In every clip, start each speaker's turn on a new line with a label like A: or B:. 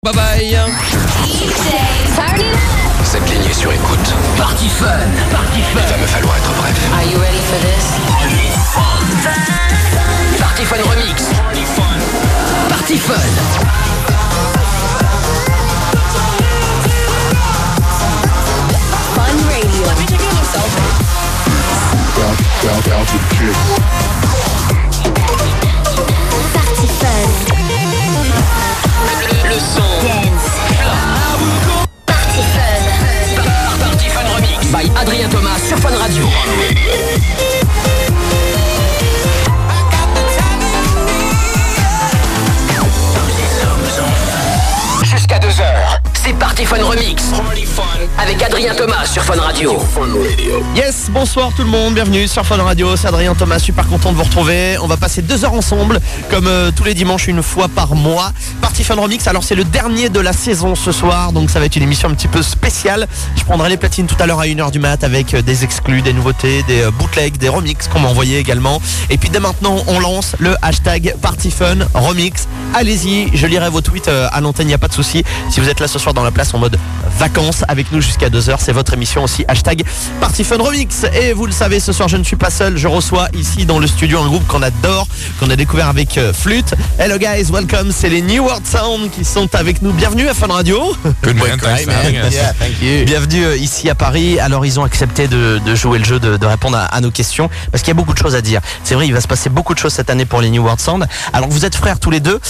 A: Bye bye.
B: Cette ligne est sur écoute.
C: Party Fun.
B: Il va me falloir être bref.
D: Are you ready for this?
C: Party Fun Remix. Party Fun.
D: Fun Radio. Let me take a little selfie. Party Fun.
C: Le son.
D: Dance. Party Fun.
C: Party Fun Remix. By Adrien Thomas sur Fun Radio. Jusqu'à 2h, c'est Party Fun Remix. Avec Adrien Thomas sur Fun Radio.
A: Yes, bonsoir tout le monde, bienvenue sur Fun Radio, c'est Adrien Thomas, super content de vous retrouver. On va passer 2 heures ensemble, comme tous les dimanches, une fois par mois. Party Fun Remix, alors c'est le dernier de la saison ce soir, donc ça va être une émission un petit peu spéciale. Je prendrai les platines tout à l'heure à 1h du mat avec des exclus, des nouveautés, des bootlegs, des remixes qu'on m'a envoyé également. Et puis dès maintenant, on lance le hashtag Party Fun Remix. Allez-y, je lirai vos tweets à l'antenne, il n'y a pas de souci. Si vous êtes là ce soir dans la place en mode vacances avec nous jusqu'à 2h, c'est votre émission aussi, hashtag Party Fun Remix. Et vous le savez, ce soir je ne suis pas seul, je reçois ici dans le studio un groupe qu'on adore, qu'on a découvert avec Flûte. Hello guys, welcome, c'est les New World Sound qui sont avec nous. Bienvenue à Fun Radio.
B: Good man, thanks for having us.
A: Yeah, thank you. Bienvenue ici à Paris. Alors ils ont accepté de jouer le jeu, de répondre à nos questions, parce qu'il y a beaucoup de choses à dire. C'est vrai, il va se passer beaucoup de choses cette année pour les New World Sound. Alors vous êtes frères tous les deux,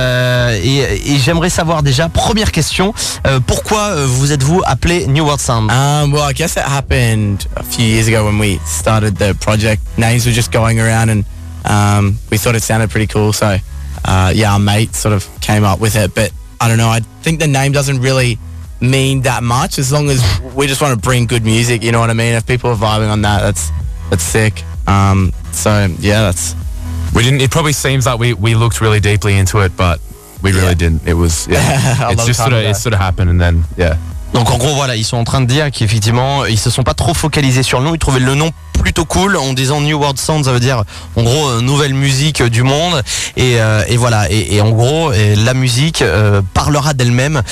A: et j'aimerais savoir déjà, première question, pourquoi vous êtes-vous appelé New World Sound?
E: Well, I guess it happened a few years ago when we started the project. Names were just going around and we thought it sounded pretty cool. So, our mate sort of came up with it. But I don't know, I think the name doesn't really mean that much as long as we just want to bring good music, you know what I mean? If people are vibing on that, that's sick. So, yeah, that's...
F: We didn't. It probably seems like we looked really deeply into it, but we really didn't. It was it's just sort of happened, and then
A: Donc en gros voilà, ils sont en train de dire qu'effectivement ils se sont pas trop focalisés sur le nom, ils trouvaient le nom plutôt cool en disant New World Sound, ça veut dire en gros nouvelle musique du monde, et voilà, et en gros la musique parlera d'elle-même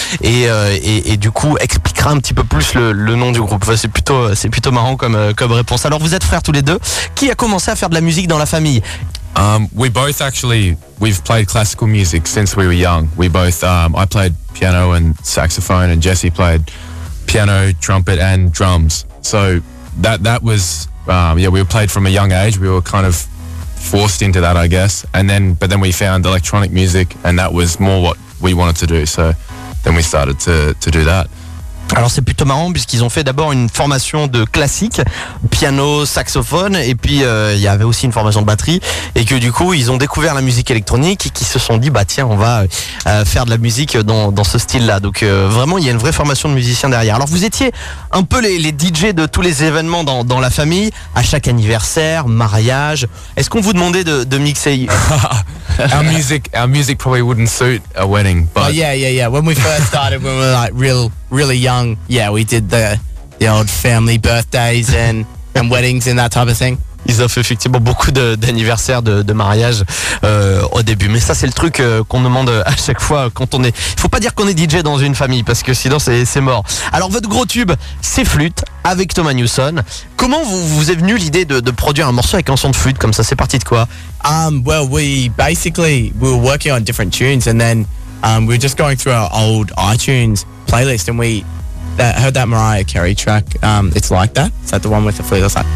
A: et du coup expliquera un petit peu plus le nom du groupe. Enfin, c'est plutôt marrant comme réponse. Alors vous êtes frères tous les deux, qui a commencé à faire de la musique dans la famille?
F: we both actually we've played classical music since we were young. We both I played piano and saxophone, and Jesse played piano, trumpet, and drums. So that was we played from a young age. We were kind of forced into that, I guess. But then we found electronic music, and that was more what we wanted to do. So then we started to do that.
A: Alors c'est plutôt marrant puisqu'ils ont fait d'abord une formation de classique, piano, saxophone, et puis il y avait aussi une formation de batterie, et que du coup ils ont découvert la musique électronique et qui se sont dit bah tiens, on va faire de la musique dans ce style-là. Donc vraiment il y a une vraie formation de musicien derrière. Alors vous étiez un peu les DJ de tous les événements dans la famille, à chaque anniversaire, mariage. Est-ce qu'on vous demandait de mixer?
F: Our music probably wouldn't suit a wedding, but
E: yeah. When we first started, when we were like really young, we did the old family birthdays and weddings and that type of thing.
A: Ils ont fait effectivement beaucoup d'anniversaires, de mariages au début. Mais ça, c'est le truc qu'on demande à chaque fois quand on est... Il faut pas dire qu'on est DJ dans une famille, parce que sinon c'est mort. Alors votre gros tube, c'est Flûte, avec Thomas Newson. Comment vous est venue l'idée de produire un morceau avec un son de flûte comme ça? C'est parti de quoi?
E: Well, we were working on different tunes, and then we were just going through our old iTunes playlist, and we heard that Mariah Carey track, It's Like That. Is that the one with the flute? It's like,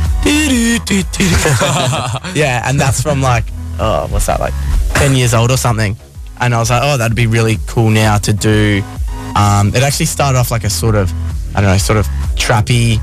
E: yeah, and that's from like, what's that, like 10 years old or something. And I was like, that'd be really cool now to do. It actually started off like a sort of, I don't know, sort of trappy,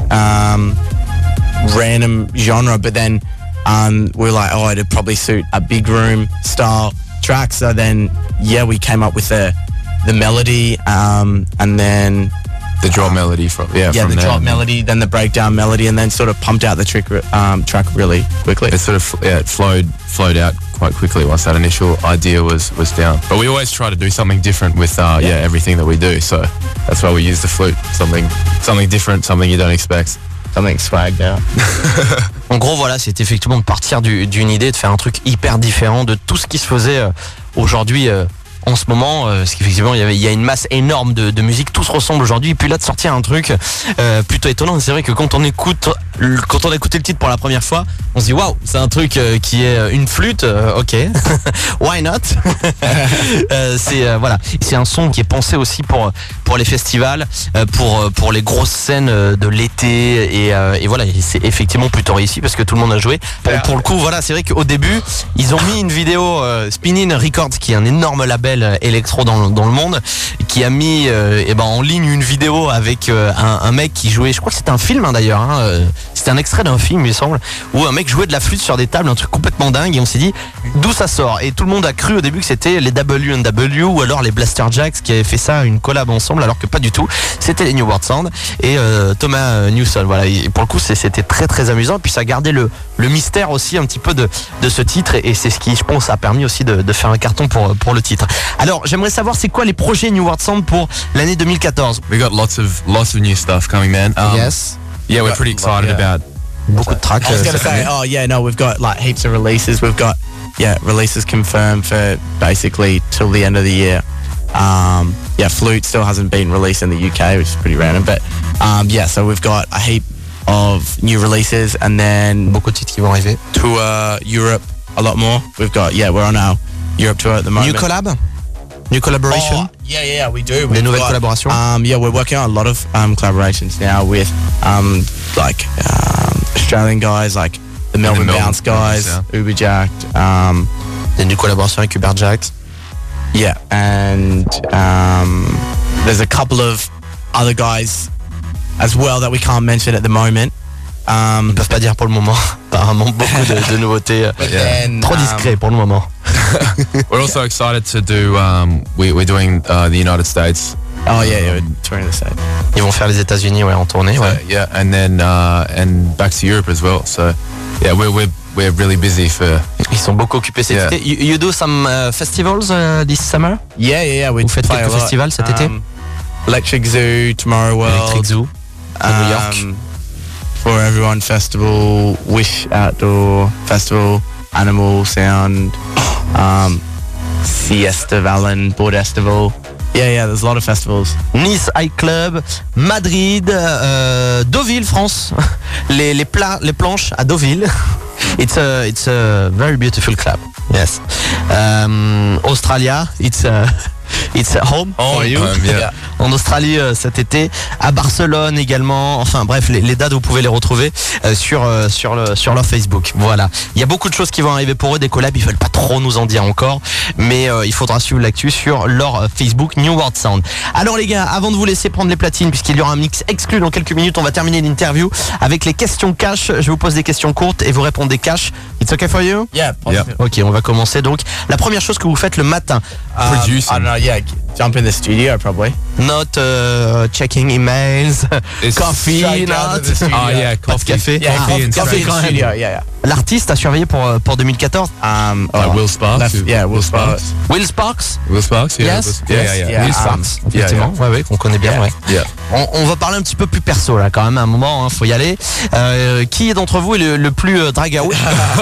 E: random genre, but then we were like, it'd probably suit a big room style track. So then, we came up with the melody, and then
F: the drop melody from
E: drop melody, then the breakdown melody, and then sort of pumped out the track really quickly.
F: It sort of it flowed out quite quickly once that initial idea was down. But we always try to do something different with everything that we do. So that's why we use the flute, something different, something you don't expect.
E: Something swagged out.
A: En gros, voilà, c'est effectivement de partir d'une idée, de faire un truc hyper différent de tout ce qui se faisait aujourd'hui en ce moment, parce qu'effectivement il y a une masse énorme de musique, tout se ressemble aujourd'hui. Et puis là de sortir un truc plutôt étonnant. C'est vrai que quand on écoute le titre pour la première fois, on se dit waouh, c'est un truc qui est une flûte, ok, why not. C'est un son qui est pensé aussi pour les festivals, pour les grosses scènes de l'été et voilà, c'est effectivement plutôt réussi parce que tout le monde a joué. Pour le coup, voilà, c'est vrai qu'au début ils ont mis une vidéo, Spinnin' Records, qui est un énorme label électro dans le monde, qui a mis en ligne une vidéo avec un mec qui jouait, je crois que c'était un film d'ailleurs, c'était un extrait d'un film il me semble, où un mec jouait de la flûte sur des tables, un truc complètement dingue, et on s'est dit d'où ça sort, et tout le monde a cru au début que c'était les W&W ou alors les Blaster Jacks qui avaient fait ça, une collab ensemble, alors que pas du tout, c'était les New World Sound et Thomas Newson, voilà, et pour le coup c'était très très amusant, puis ça gardait le mystère aussi un petit peu de ce titre, et c'est ce qui je pense a permis aussi de faire un carton pour le titre. Alors j'aimerais savoir c'est quoi les projets New World Sound pour l'année 2014.
F: We got lots of new stuff coming, man.
A: Yes.
F: Yeah, we're pretty excited about.
A: Beaucoup de tracks.
E: I was going to say, we've got like heaps of releases. We've got releases confirmed for basically till the end of the year. Flute still hasn't been released in the UK, which is pretty random. But so we've got a heap of new releases, and then
A: beaucoup de titres qui vont arriver.
E: Tour Europe a lot more. We've got we're on our Europe tour at the moment.
A: New collab? New collaboration?
E: Yeah, we do.
A: Des nouvelles collaborations?
E: We're working on a lot of collaborations now with Australian guys like the Melbourne Bounce guys, Uberjacked.
A: Des nouvelles collaborations avec Uberjacked.
E: Yeah, and there's a couple of other guys as well that we can't mention at the moment.
A: Ils peuvent pas dire pour le moment. Apparemment beaucoup de nouveautés. Trop discret pour le moment.
F: We're also excited to do. We're doing the United States.
E: Oh yeah, we're touring the States.
A: Ils vont faire les États-Unis, en tournée. Ouais.
F: Yeah, and then and back to Europe as well. So yeah, we're really busy for.
A: Ils sont beaucoup occupés cet été. You do some festivals this summer?
E: Yeah.
A: Vous faites quelques festivals cet été?
E: Electric Zoo, Tomorrow World.
A: Electric Zoo, New York.
E: For Everyone Festival, Wish Outdoor Festival, Animal Sound, Siesta Vallon, Board Festival. Yeah, there's a lot of festivals.
A: Nice High Club, Madrid, Deauville, France. les planches à Deauville. It's a very beautiful club. Yes. Australia, it's home for you. En Australie cet été, à Barcelone également. Enfin bref, les dates vous pouvez les retrouver sur leur Facebook. Voilà. Il y a beaucoup de choses qui vont arriver pour eux, des collabs. Ils veulent pas trop nous en dire encore, mais il faudra suivre l'actu sur leur Facebook New World Sound. Alors les gars, avant de vous laisser prendre les platines, puisqu'il y aura un mix exclu dans quelques minutes, on va terminer l'interview avec les questions cash. Je vous pose des questions courtes et vous répondez cash. It's okay for you?
E: Yeah.
A: Ok, on va commencer donc. La première chose que vous faites le matin.
F: Producing.
E: I don't know. Yeah, jump in the studio probably.
A: Not checking emails, coffee, not.
F: Oh yeah,
A: Pas de café.
E: Yeah,
A: Coffee
E: coffee
A: quand
E: in the
A: même.
E: studio. Yeah.
A: L'artiste à surveiller pour 2014.
F: Will Sparks.
E: Will Sparks.
A: Will Sparks.
F: Will Sparks. Yeah.
A: Yes.
F: Yeah.
A: Will Sparks. Effectivement. Ouais, qu'on connaît bien. Ouais.
F: Yeah.
A: On va parler un petit peu plus perso là quand même à un moment. Faut y aller. Qui d'entre vous est le plus drag out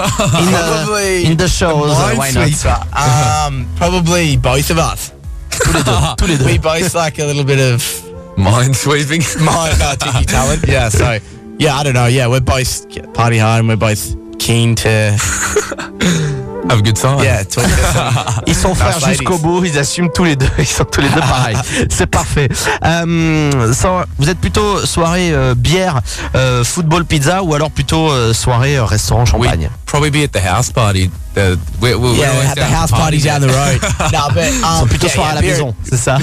A: in the show? Why not?
E: Probably both of us.
A: Tous les deux.
E: We both like a little bit of
F: Mind sweeping.
E: tiki talent. Yeah, so I don't know. Yeah, we're both party hard and we're both keen to
F: Have a good time.
E: yeah talk to some
A: Ils sont frères
E: Nice ladies.
A: jusqu'au bout, ils assument tous les deux, ils sont tous les deux pareils. C'est parfait. Vous êtes plutôt soirée bière, football, pizza, ou alors plutôt soirée restaurant, champagne?
F: Probably be at the house party. We're
E: yeah,
F: always
E: at the
F: down to
E: house
F: party
E: party down the road. No, but
A: Ils sont plutôt soirée à la maison, c'est ça?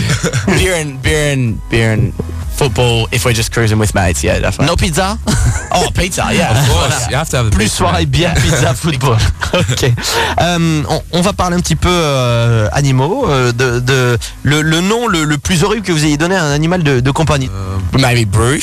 E: beer and football. If we're just cruising with mates, yeah, definitely.
A: No pizza?
E: Oh, pizza, yeah.
F: Of course, you have to have the
A: Plus
F: pizza,
A: soirée
F: man.
A: bière, pizza, football. Ok. On va parler un petit peu animaux. Le nom le plus horrible que vous ayez donné à un animal de compagnie.
E: Maybe Bruce.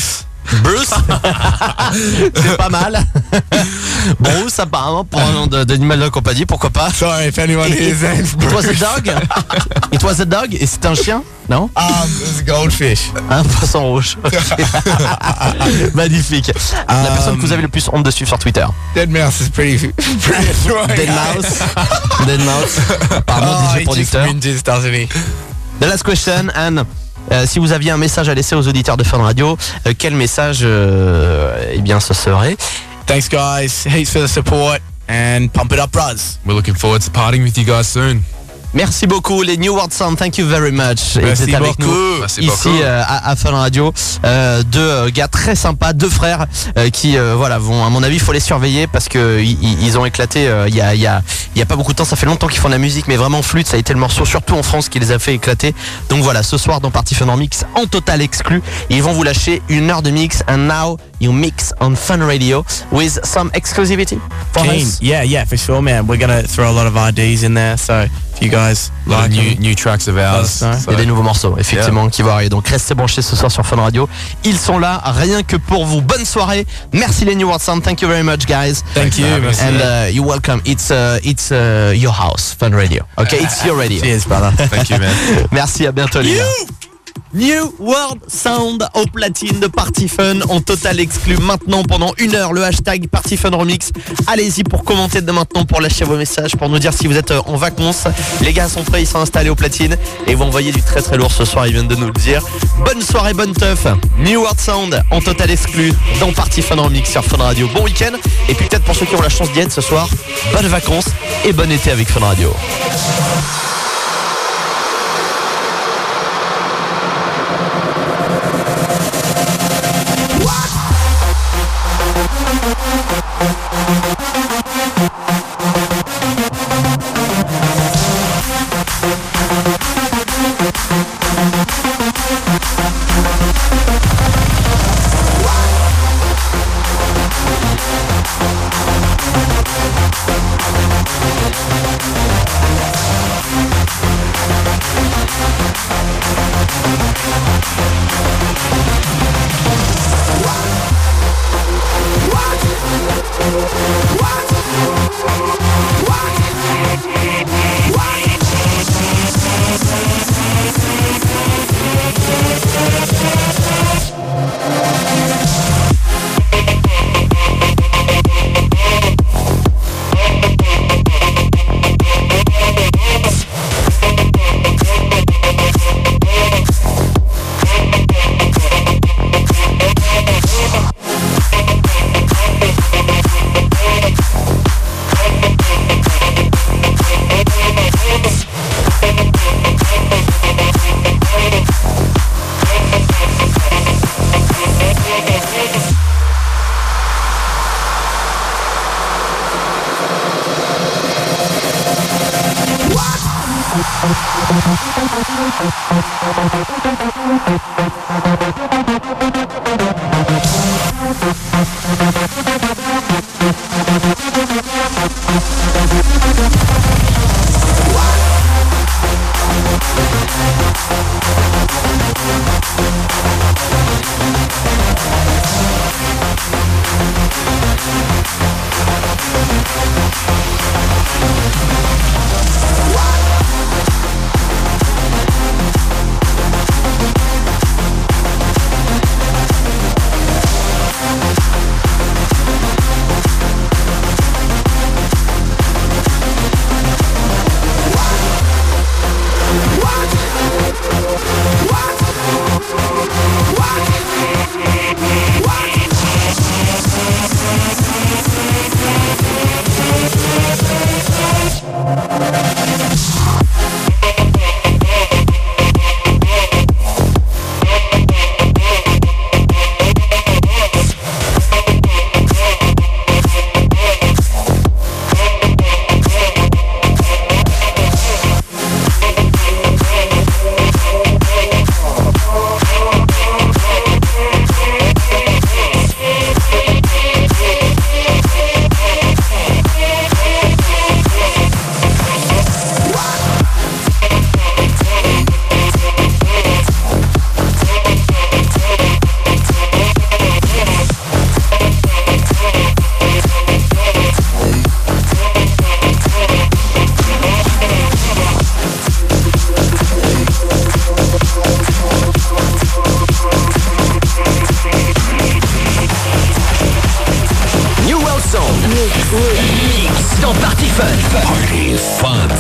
A: Bruce. C'est pas mal. Bruce, apparemment, pour un nom d'animal de compagnie, pourquoi pas.
E: Sorry if anyone hears that.
A: It was a dog. It was a dog. Et c'est un chien, non?
E: It was a goldfish.
A: Un poisson rouge. Magnifique. La personne que vous avez le plus honte de suivre sur Twitter.
E: Dead Mouse is pretty annoying.
A: Dead Mouse. Dead Mouse. Apparemment, DJ
E: he just
A: producteur.
E: whinges, doesn't he?
A: The last question, Anne. Si vous aviez un message à laisser aux auditeurs de Fun Radio, quel message eh bien ce serait?
E: Thanks, guys. Heaps for the support and pump it up, bros.
F: We're looking forward to partying with you guys soon.
A: Merci beaucoup les New World Sound, thank you very much. Et
E: Merci
A: vous êtes avec
E: beaucoup.
A: nous
F: Merci
A: ici
F: beaucoup.
A: à Fun Radio. Deux gars très sympas, deux frères qui voilà vont, à mon avis, il faut les surveiller parce que ils ont éclaté il y a pas beaucoup de temps. Ça fait longtemps qu'ils font de la musique, mais vraiment Flûte, ça a été le morceau surtout en France qui les a fait éclater. Donc voilà, ce soir dans Party Fun Mix en total exclu, ils vont vous lâcher 1 heure de mix. And now you mix on Fun Radio with some exclusivity for
E: Keen.
A: us.
E: Yeah, for sure, man. We're gonna throw a lot of IDs in there, so if you guys
F: A lot of
E: like
F: new tracks of ours.
E: That's nice.
A: Il y a des nouveaux morceaux, effectivement, qui vont arriver. Donc restez branchés ce soir sur Fun Radio. Ils sont là, rien que pour vous. Bonne soirée. Merci les New World Sound. Thank you very much, guys.
E: Thank you.
F: Merci.
A: And you're welcome. It's your house, Fun Radio. Okay, it's your radio.
E: Cheers, brother.
F: Thank you, man.
A: Merci, à bientôt les gars. New World Sound au platine de Party Fun en total exclu maintenant pendant 1 heure. Le hashtag Party Fun Remix. Allez-y pour commenter dès maintenant, pour lâcher vos messages, pour nous dire si vous êtes en vacances. Les gars sont prêts, ils sont installés au platine et ils vont envoyer du très très lourd ce soir, ils viennent de nous le dire. Bonne soirée, bonne teuf. New World Sound en total exclu dans Party Fun Remix sur Fun Radio. Bon week-end et puis peut-être pour ceux qui ont la chance d'y être ce soir, bonnes vacances et bon été avec Fun Radio.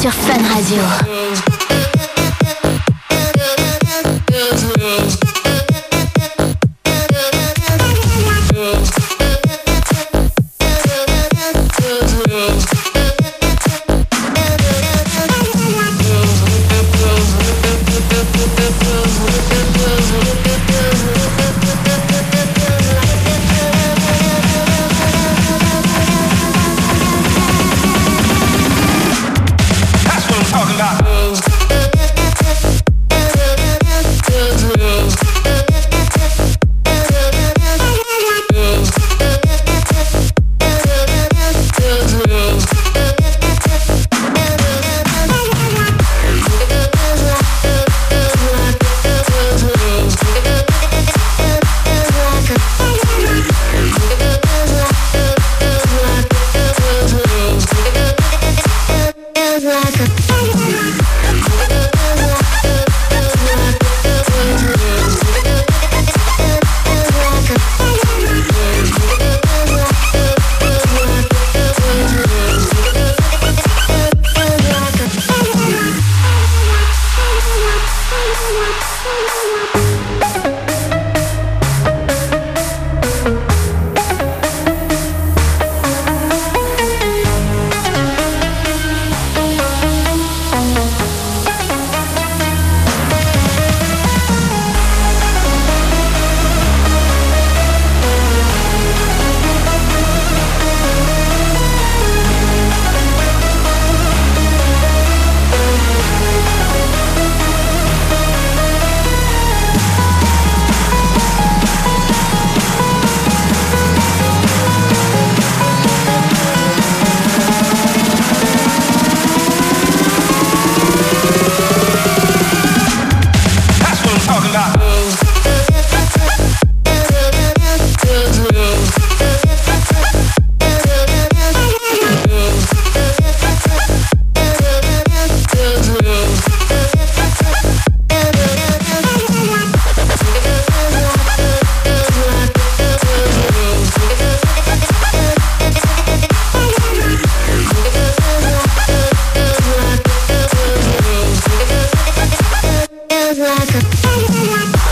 D: sur Fun Radio. Feels like a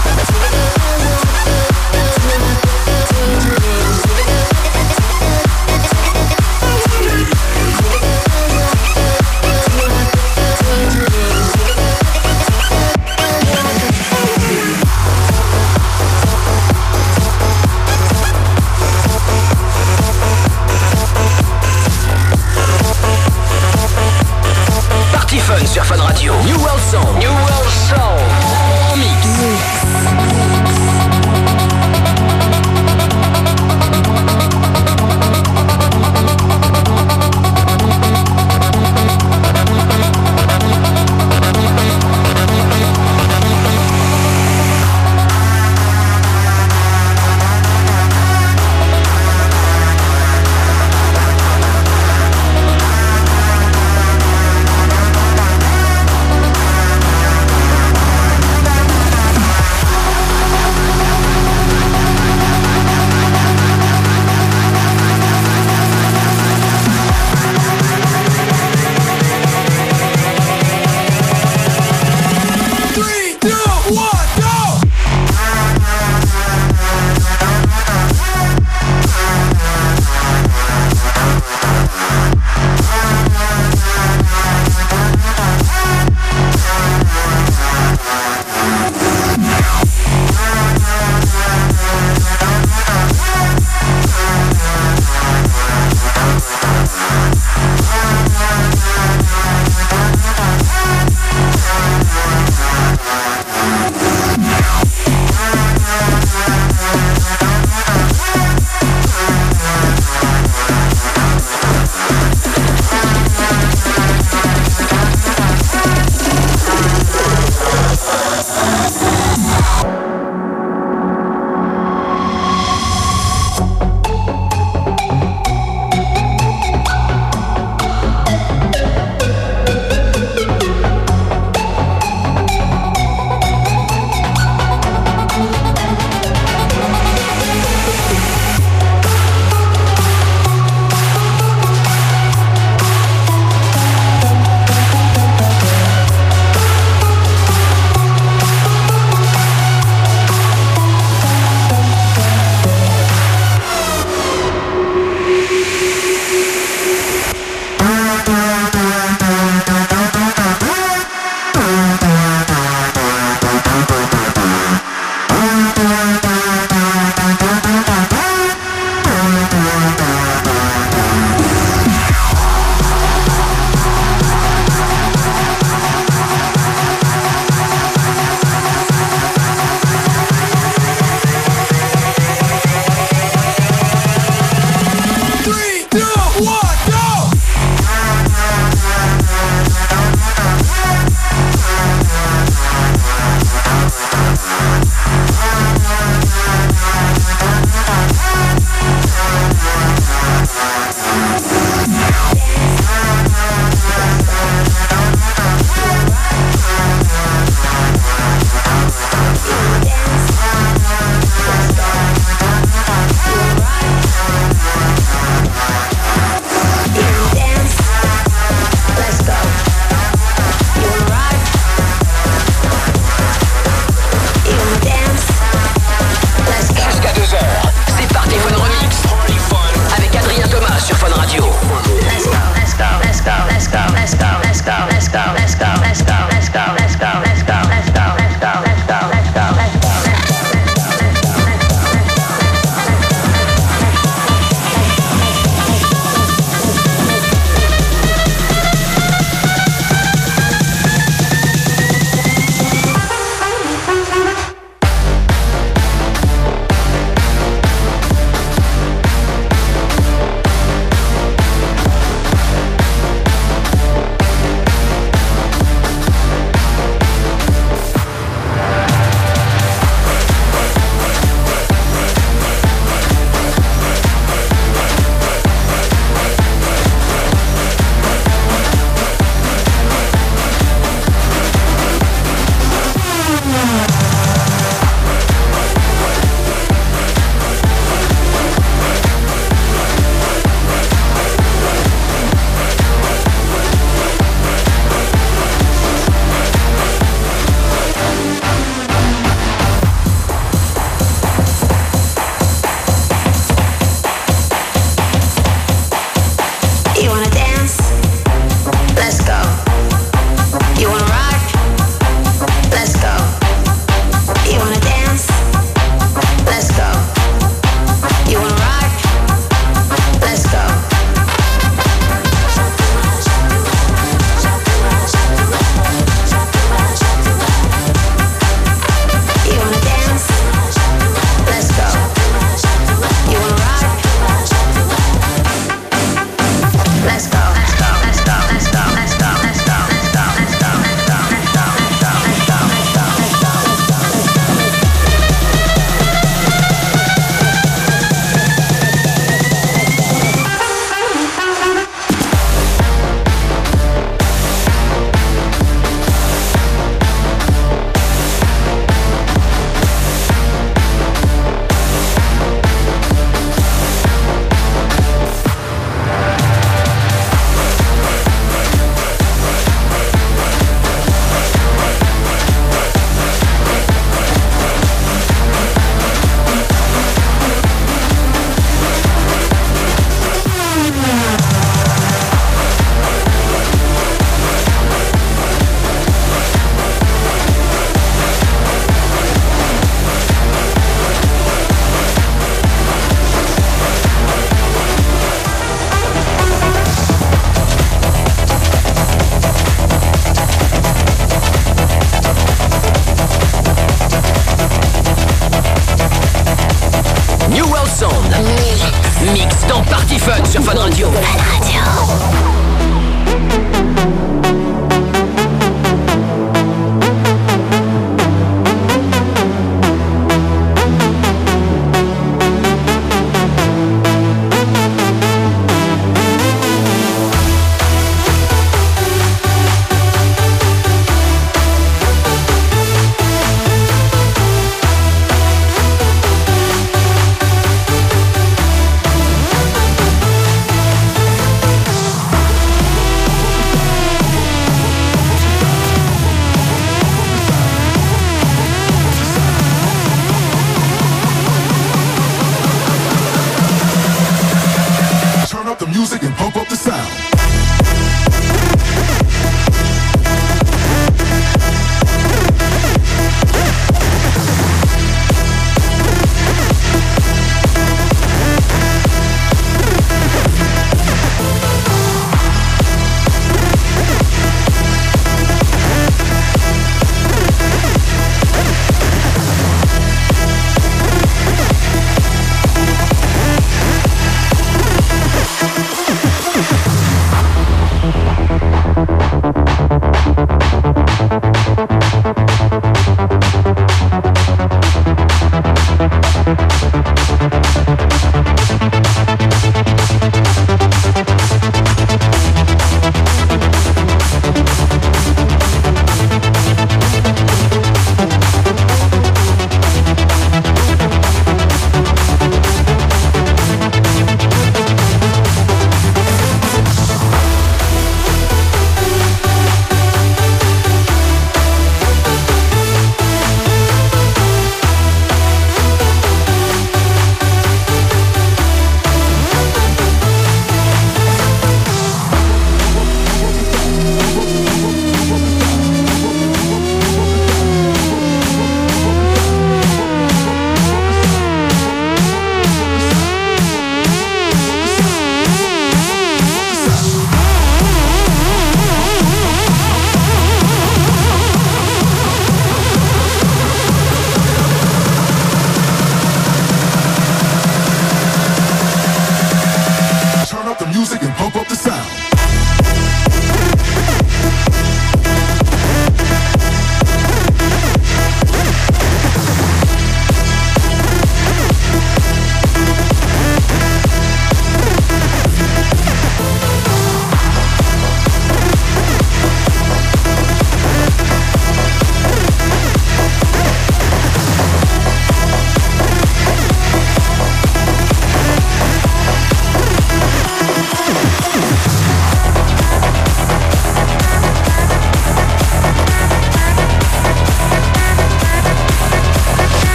C: Fun sur Fun Radio.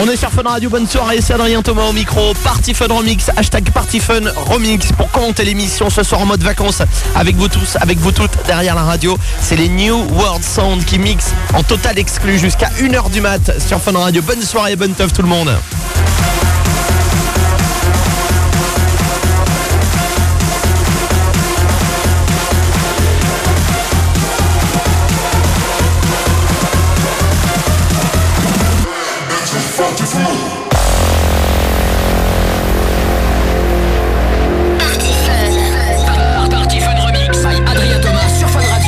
A: On est sur Fun Radio, bonne soirée, c'est Adrien Thomas au micro. Party Fun Remix, hashtag Party Fun Remix pour commenter l'émission ce soir en mode vacances avec vous tous, avec vous toutes derrière la radio. C'est les New World Sound qui mixent en total exclu jusqu'à 1h du mat sur Fun Radio. Bonne soirée, bonne teuf tout le monde.
C: Party Fun Remix by Adrien Thomas sur Fun Radio.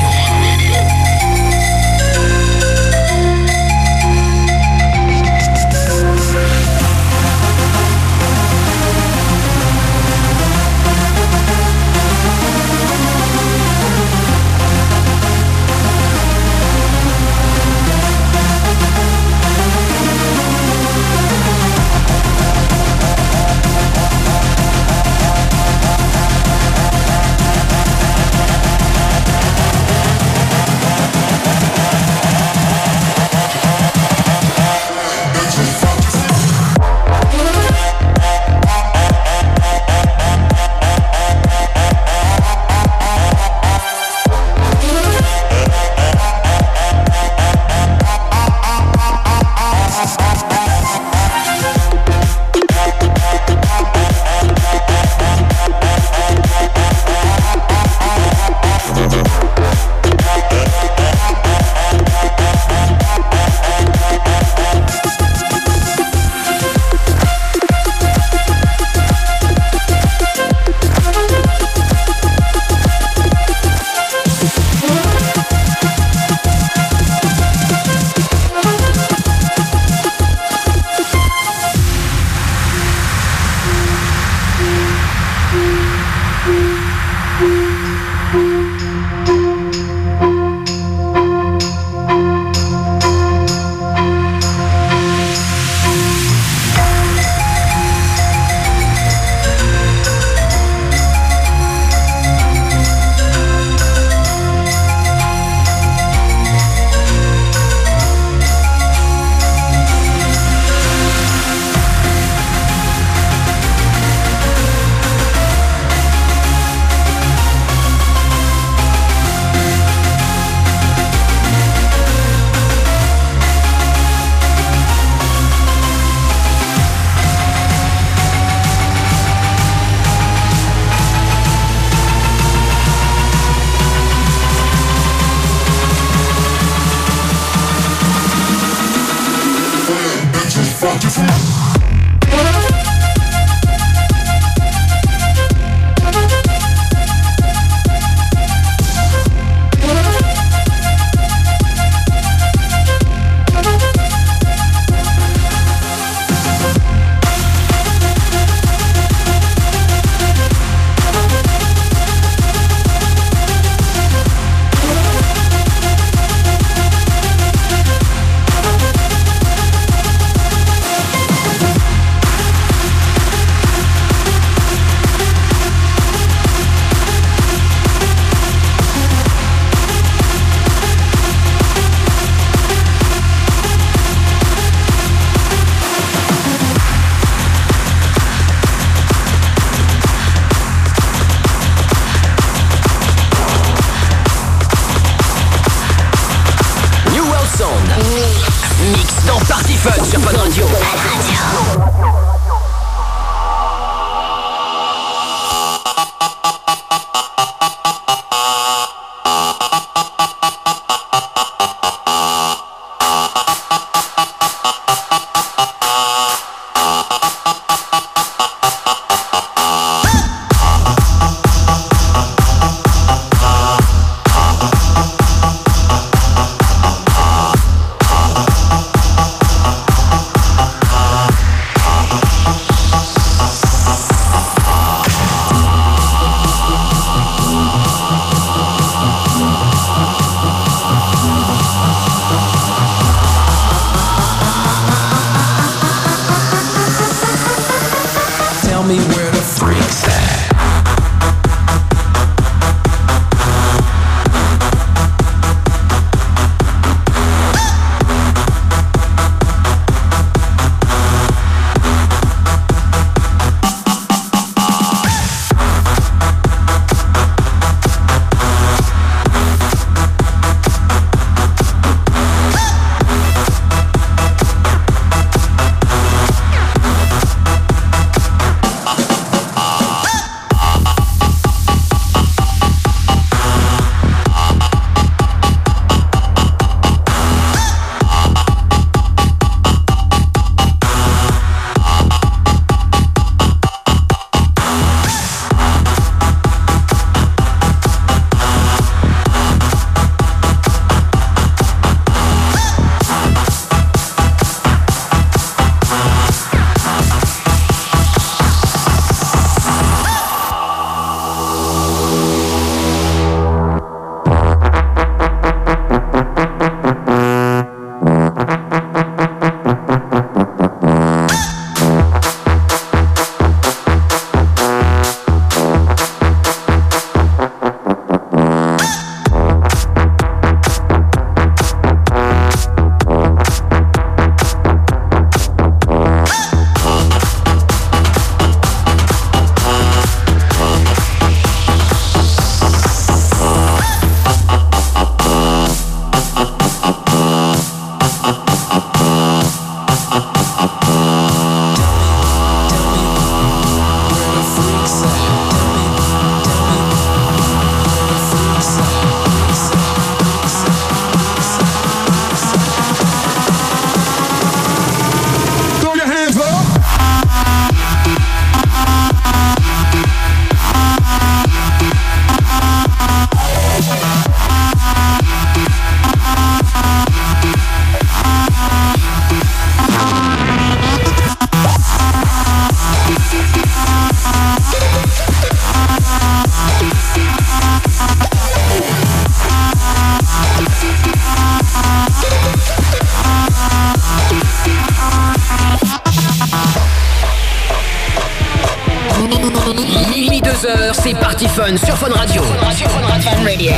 C: 12h, c'est Party Fun sur Fun Radio.
D: Fun Radio.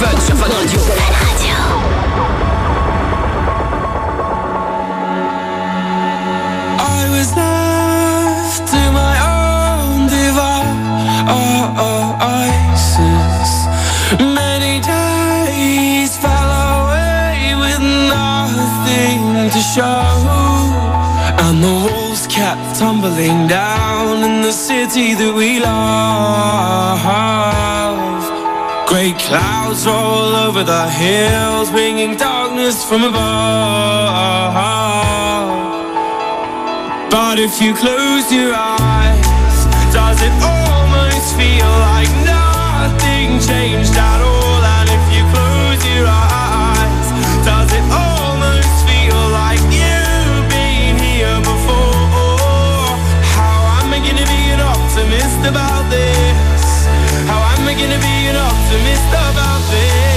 C: Fun sur Fun Radio.
G: I was left to my own devices. Many days fell away with nothing to show, and the walls kept tumbling down in the city that we love. Great clouds roll over the hills, bringing darkness from above. But if you close your eyes, does it almost feel like nothing changed at all? And if you close your eyes, does it almost feel like you've been here before? How am I gonna be an optimist about this? How am I gonna be an optimist about this?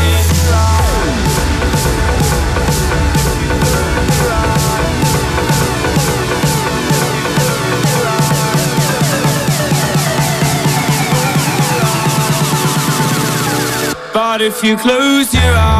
G: But if you close your eyes,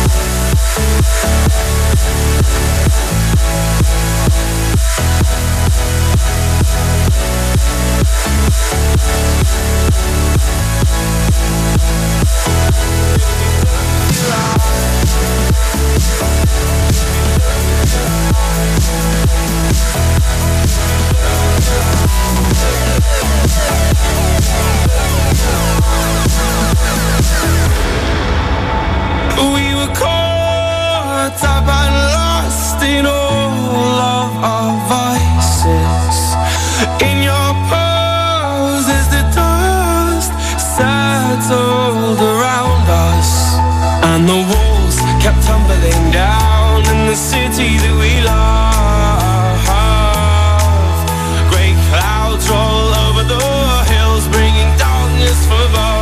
G: we were caught up and lost in all of our vices. In your poses the dust settled around us, and the walls kept tumbling down in the city that we love. Great clouds roll over the hills, bringing darkness from above.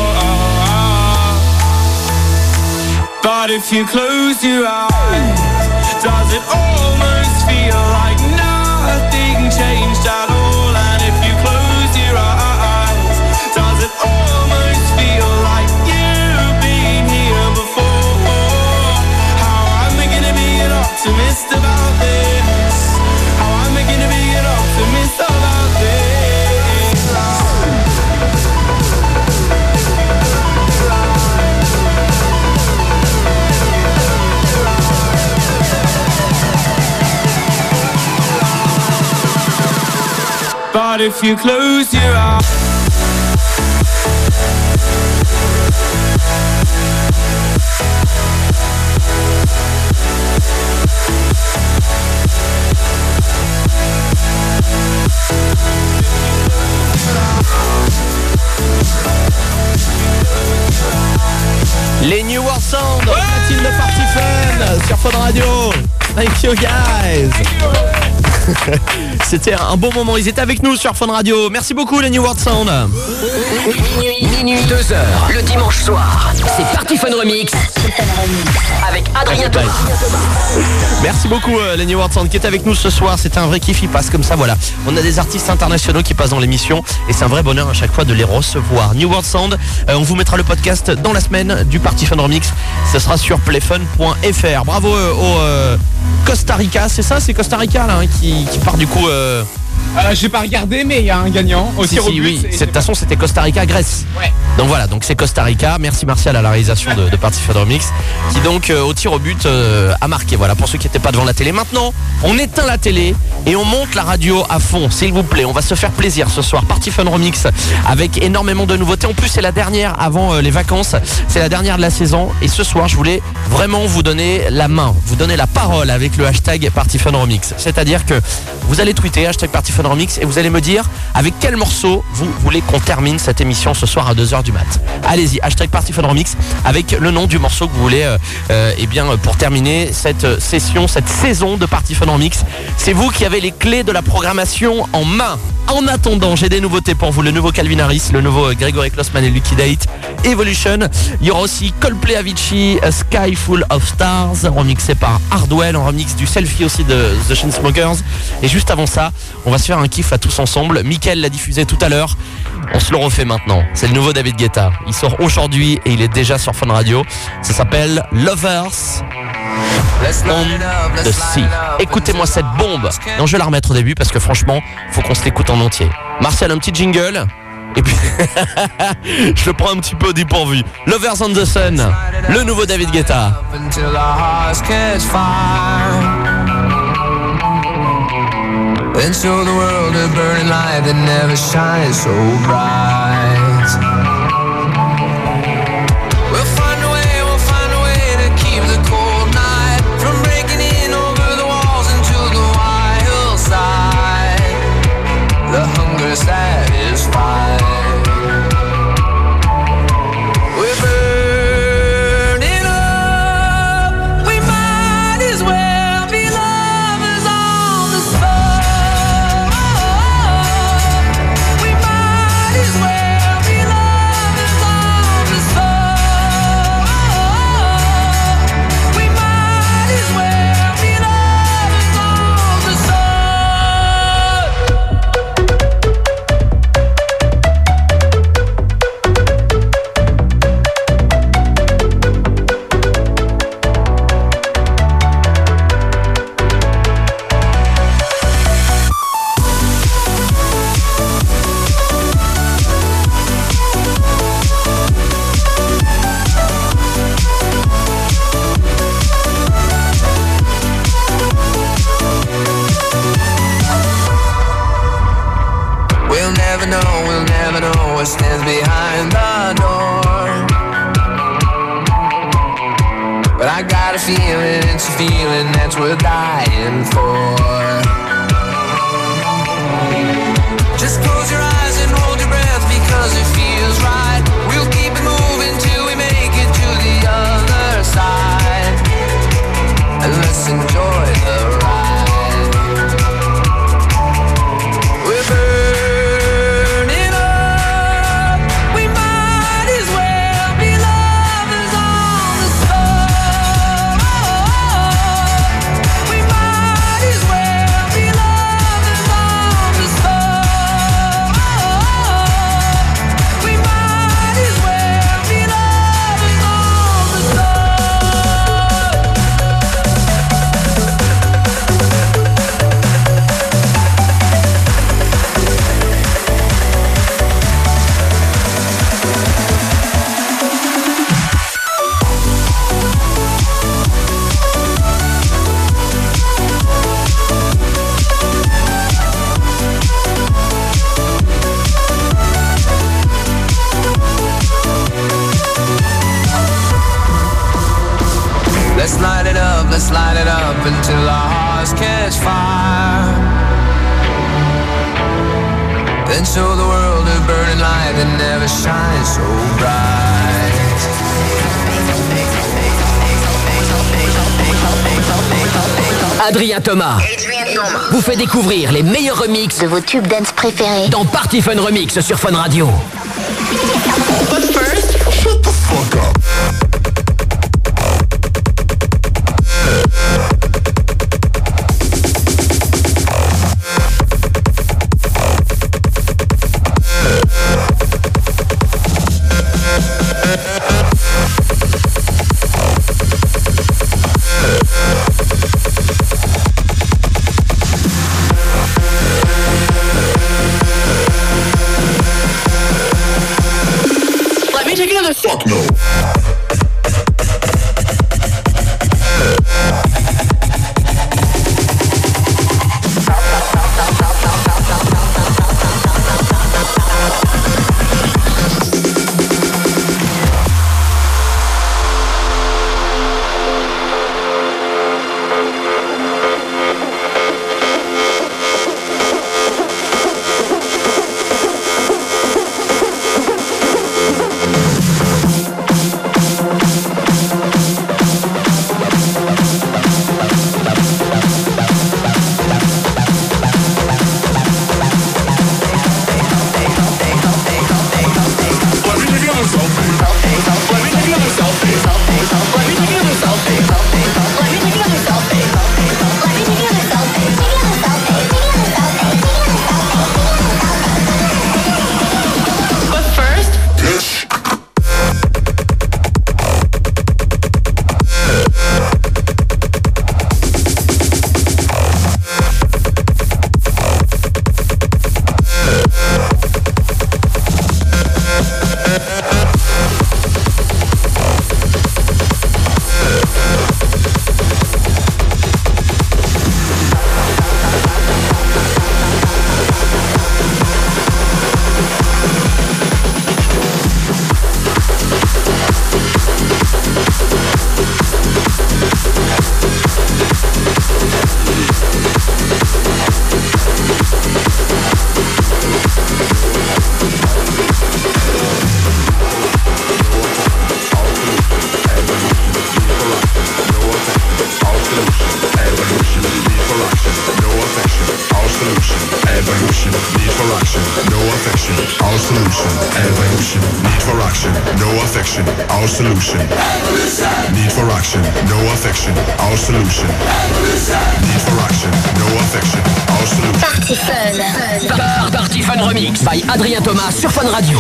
G: But if you close your eyes, does it almost feel like nothing changed at all? And if you close your eyes, does it almost feel like you've been here before? How am I gonna be an optimist about this? How am I gonna be an optimist about this? But if you close your eyes,
A: Les New World Sound, platine de Party Fun sur Fun Radio. Thank you guys. C'était un bon moment, ils étaient avec nous sur Fun Radio. Merci beaucoup les New World Sound.
C: Minuit 2h, le dimanche soir, c'est Party Fun Remix avec Adrien Thomas.
A: Merci beaucoup les New World Sound qui étaient avec nous ce soir. C'était un vrai kiff, il passe comme ça, voilà. On a des artistes internationaux qui passent dans l'émission et c'est un vrai bonheur à chaque fois de les recevoir. New World Sound, on vous mettra le podcast dans la semaine du Party Fun Remix. Ce sera sur playfun.fr. Bravo au Costa Rica, c'est ça, c'est Costa Rica là, hein, qui part du coup.
H: J'ai pas regardé, mais il y a un gagnant au tir au but.
A: Oui, de toute façon c'était Costa Rica, Grèce.
H: Ouais.
A: Donc voilà, donc c'est Costa Rica. Merci Martial à la réalisation de Party Fun Remix, qui donc au tir au but a marqué. Voilà, pour ceux qui n'étaient pas devant la télé. Maintenant, on éteint la télé et on monte la radio à fond, s'il vous plaît. On va se faire plaisir ce soir. Party Fun Remix avec énormément de nouveautés. En plus, c'est la dernière avant les vacances. C'est la dernière de la saison. Et ce soir, je voulais vraiment vous donner la main, vous donner la parole avec le hashtag Party Fun Remix. C'est-à-dire que vous allez tweeter hashtag Party Fun Remix et vous allez me dire avec quel morceau vous voulez qu'on termine cette émission ce soir à 2h du mat. Allez-y, hashtag Party Fun Remix avec le nom du morceau que vous voulez pour terminer cette session, cette saison de Party Fun Remix. C'est vous qui avez les clés de la programmation en main. En attendant, j'ai des nouveautés pour vous. Le nouveau Calvin Harris, le nouveau Gregory Klossman et Lucky Date, Evolution. Il y aura aussi Coldplay Avicii, A Sky Full of Stars, remixé par Hardwell, en remix du Selfie aussi de The Chainsmokers. Et juste avant ça, on va se faire un kiff à tous ensemble. Mickaël l'a diffusé tout à l'heure. On se le refait maintenant. C'est le nouveau David Guetta. Il sort aujourd'hui et il est déjà sur Fun Radio. Ça s'appelle Lovers on the Sea. Écoutez-moi cette bombe. Non, je vais la remettre au début parce que franchement, faut qu'on se l'écoute en entier. Martial, un petit jingle. Et puis, je le prends un petit peu au dépourvu. Lovers on the Sun, le nouveau David Guetta.
I: And show the world a burning light that never shines so bright. We'll find a way to keep the cold night from breaking in over the walls into the wild side. The hunger satisfied. We're burning up. We might as well be lovers on the spot. We'll never know what stands behind the door. But I got a feeling, it's a feeling that's worth dying for. Just close your eyes and hold your breath because it feels right. We'll keep it moving till we make it to the other side. And let's enjoy the ride. Let's light it up until our hearts catch fire. Then show the world a burning light that never shines so bright.
C: Adrien Thomas vous fait découvrir les meilleurs remixes
D: de vos tubes dance préférés
C: dans Party Fun Remix sur Fun Radio.
D: But first, shut the fuck up.
B: Fuck no.
J: solution. Evolution, need for action, no affection, our solution. Need for action, no affection, our solution. Need for action, no affection, our solution.
C: Party Fun. Party Fun Remix by Adrien Thomas sur Fun Radio.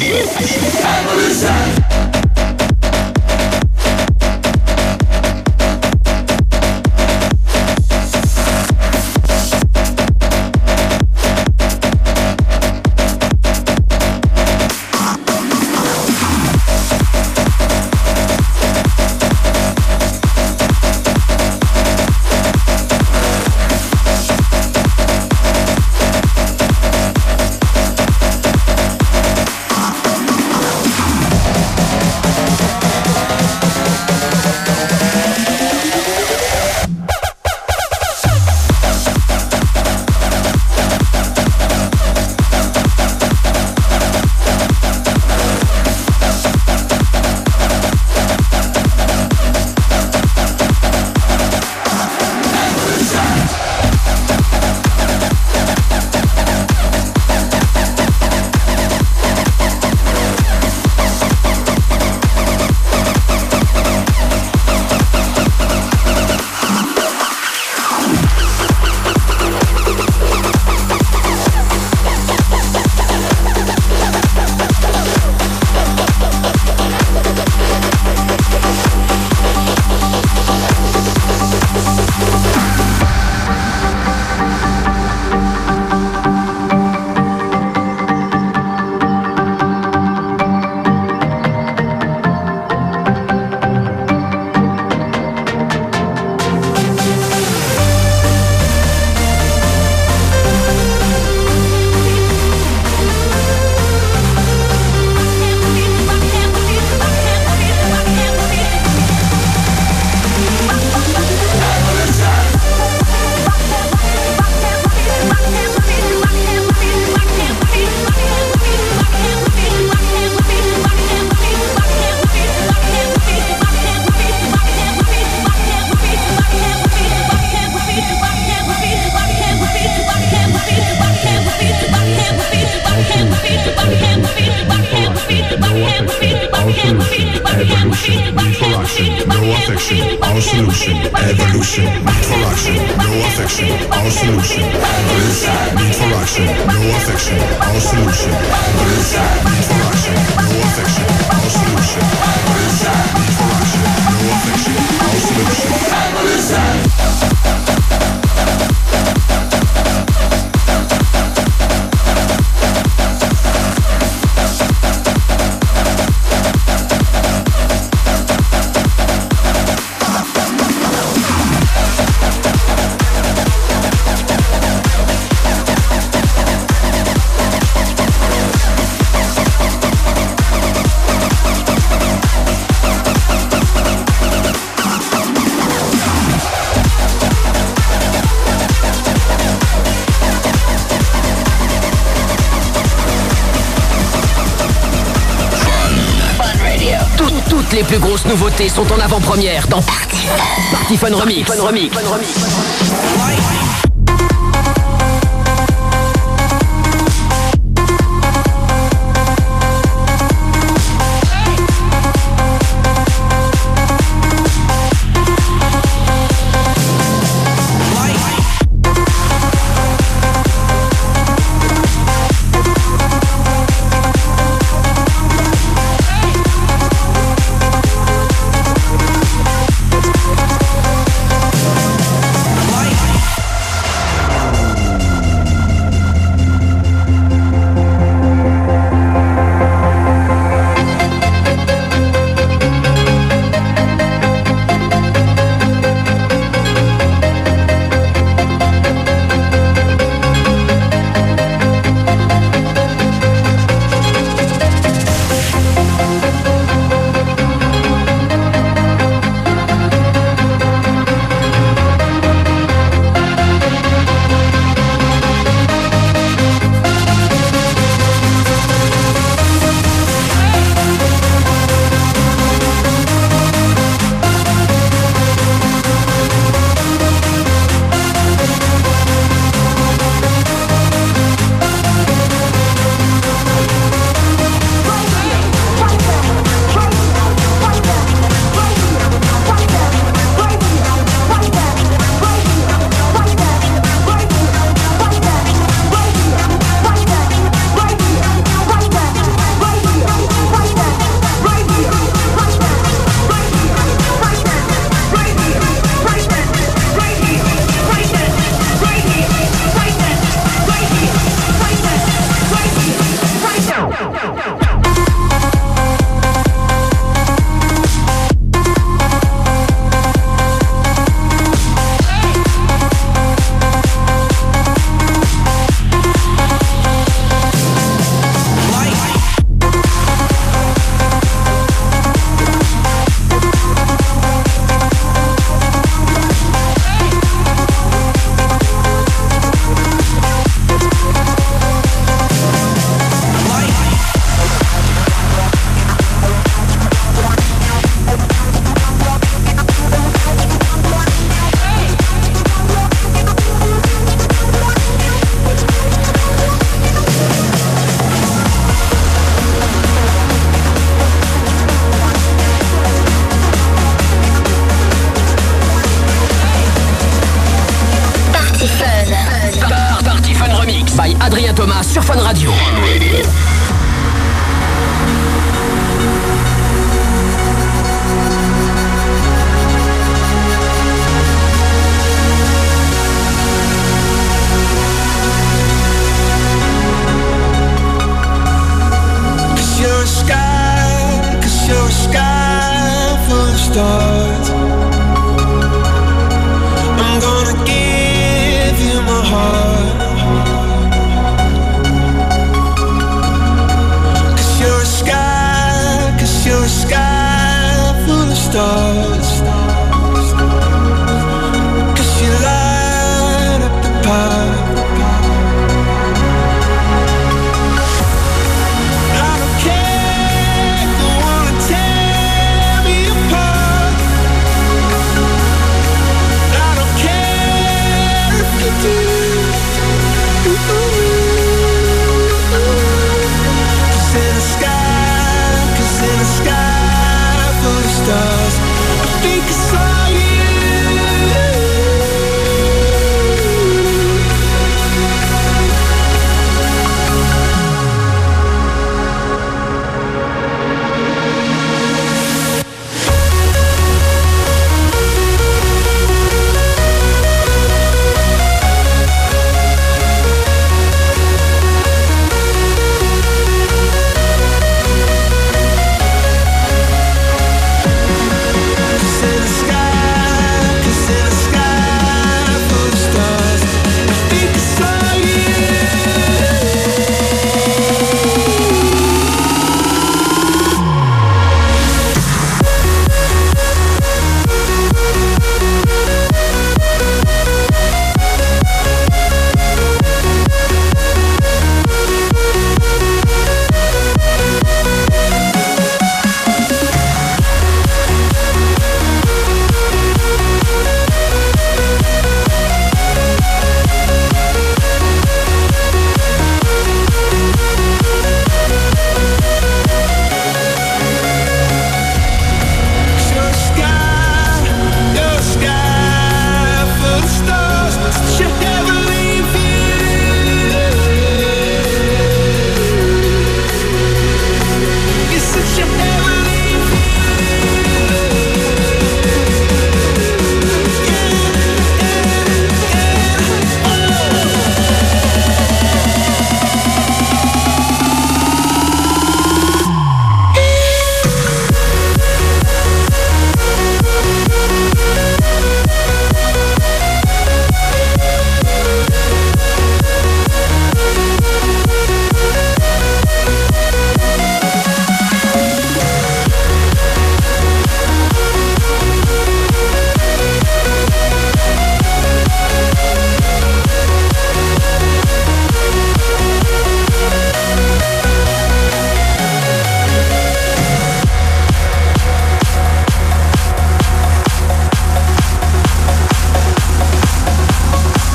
C: Les plus grosses nouveautés sont en avant-première dans Party Fun Remix.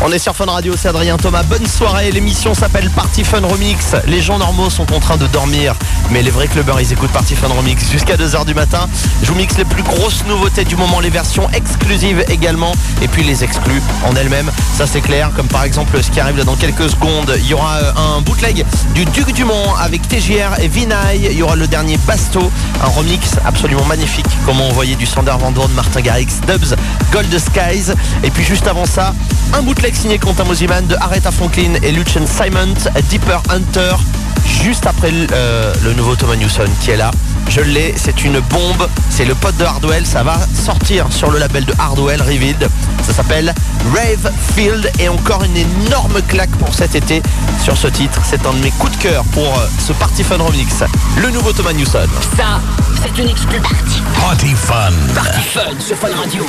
A: On est sur Fun Radio, c'est Adrien Thomas. Bonne soirée, l'émission s'appelle Party Fun Remix. Les gens normaux sont contraints de dormir, mais les vrais clubbers, ils écoutent Party Fun Remix jusqu'à 2h du matin. Je vous mixe les plus grosses nouveautés du moment, les versions exclusives également, et puis les exclus en elles-mêmes, ça c'est clair. Comme par exemple ce qui arrive là dans quelques secondes. Il y aura un bootleg du Duc Dumont avec TJR et Vinaille. Il y aura le dernier Basto, un remix absolument magnifique, comme on voyait du Sander Van Doorn, Martin Garrix, Dubs, Gold Skies. Et puis juste avant ça, un bootleg signé Quentin Mosiman de Aretha Franklin et Lucien Simon, Deeper Hunter, juste après le nouveau Thomas Newson qui est là. Je l'ai, c'est une bombe, c'est le pote de Hardwell, ça va sortir sur le label de Hardwell, Revealed. Ça s'appelle Rave Field et encore une énorme claque pour cet été sur ce titre. C'est un de mes coups de cœur pour ce Party Fun Remix, le nouveau Thomas Newson.
C: Ça, c'est une exclu party.
B: Party Fun.
C: Party Fun sur Fun Radio.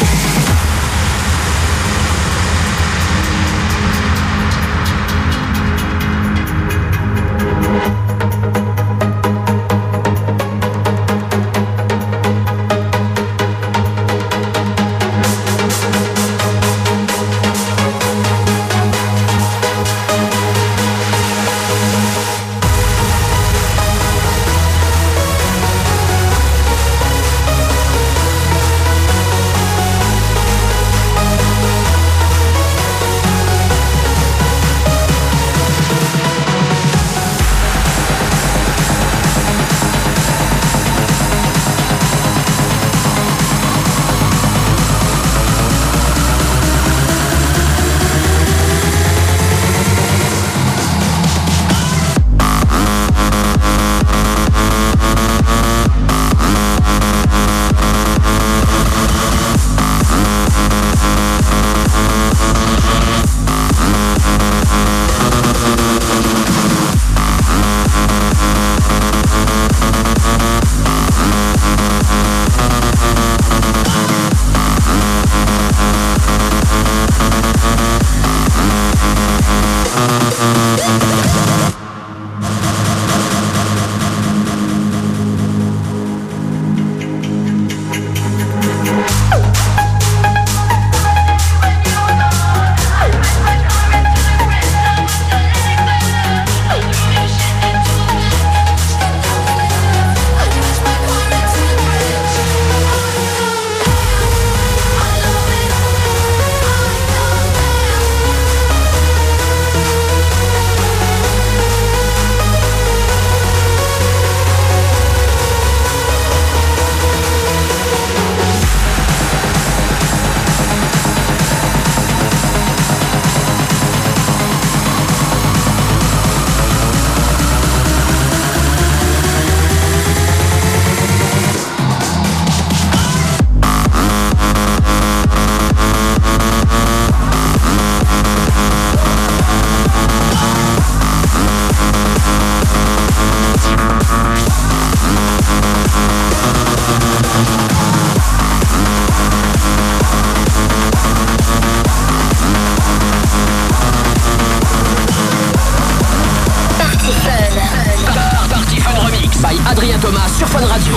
C: Adrien Thomas sur Fun Radio.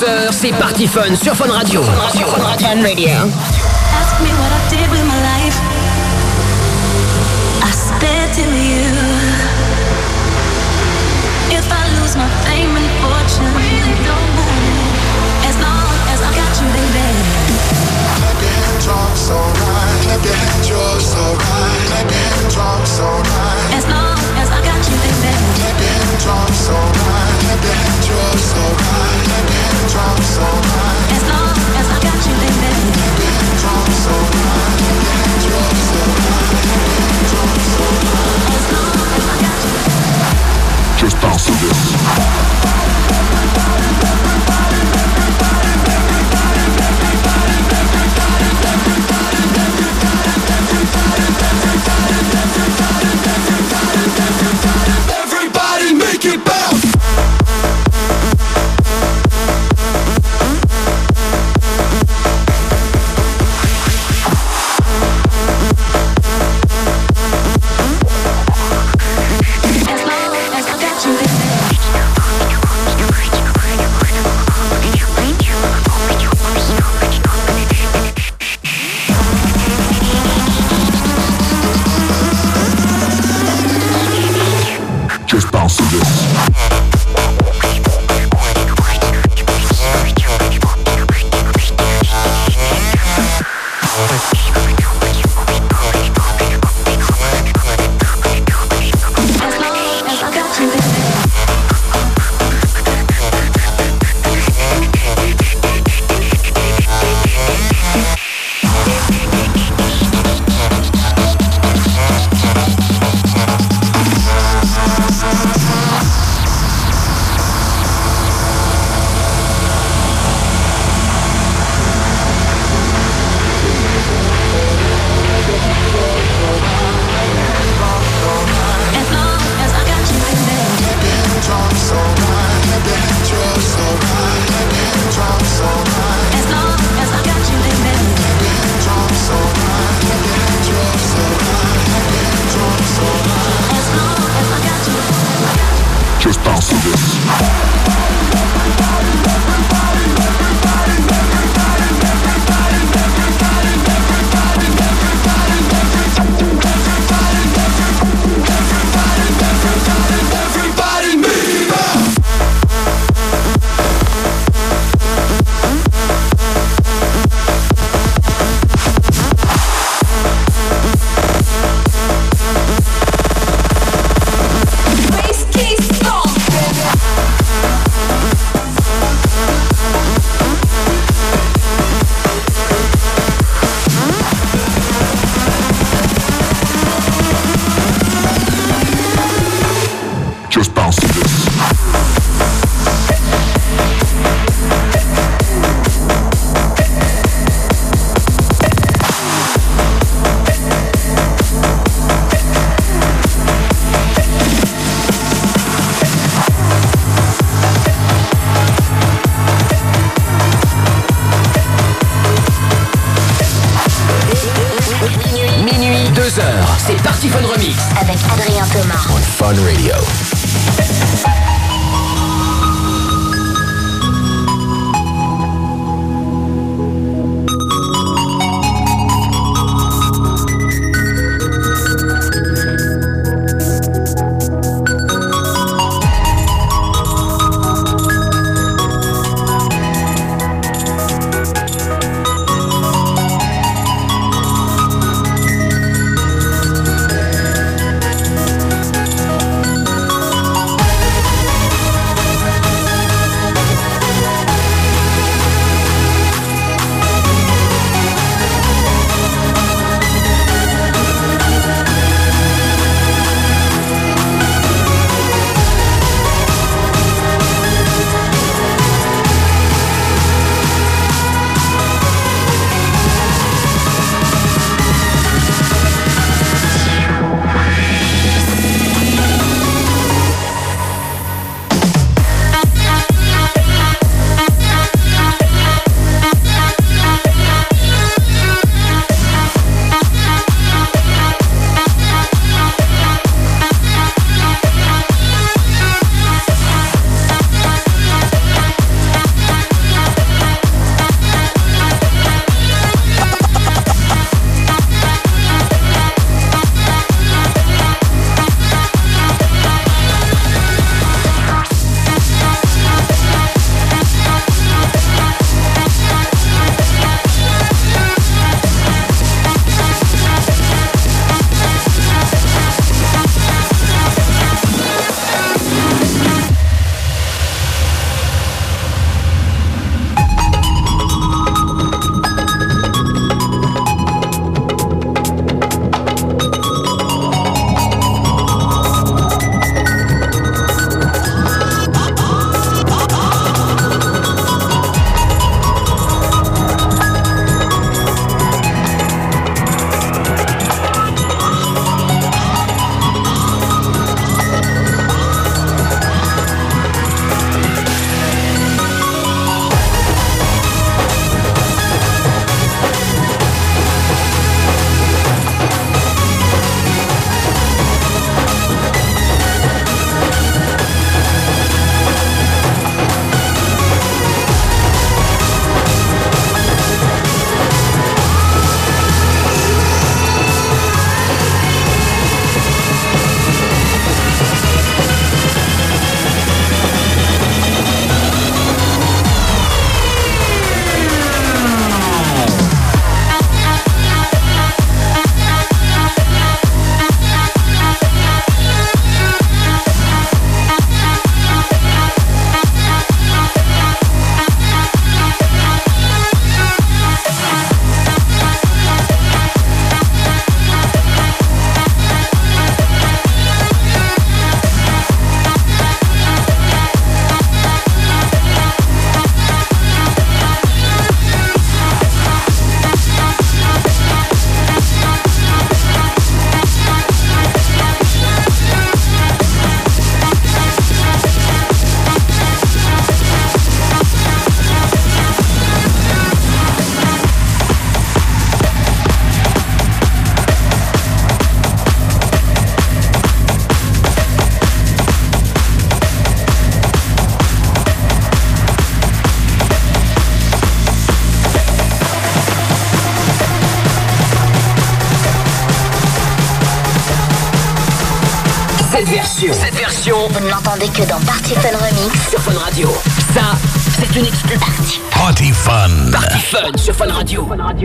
C: 22h, c'est Party Fun sur Fun Radio.
D: Fun Radio.
K: Ask me what I did with my life. I spent it with you. If I lose my fame and fortune, as long as I got you, baby.
J: Clap your hands, drop so right. Clap your hands, you're so right. Clap your hands, drop so right.
K: As long as I got you, baby.
J: Clap your hands, drop so right. Clap your hands, you're so right. Clap your hands, drop so right.
K: As long as I got you, baby.
J: Clap your hands, drop so right. Clap your hands, you're so right. Clap your hands, drop so right.
K: As long as I got you.
J: Just bounce to this.
G: Everybody make it bounce.
K: As long as I got you, baby.
J: Just bounce to this.
K: As long as I got you, baby. As long as I got you, baby.
J: Clap your hands, drop so right. Clap your hands, you're so right. Clap your hands, drop so right.
K: As long as I got you, baby.
J: Clap your hands, drop so right. Clap your hands, you're so right. Clap your hands, drop so right.
K: As long as I got you.
J: Just bounce to this.
G: Everybody make it bounce.
K: Bass keys on, baby.
J: Just bounce to this.
C: Minuit, 2h, c'est Party Fun Remix.
K: Avec Adrien Thomas.
C: On Fun Radio. Cette version,
L: vous ne l'entendez que dans Party Fun Remix
C: sur Fun Radio. Ça, c'est une exclu.
B: Party Fun.
C: Party Fun sur Fun Radio.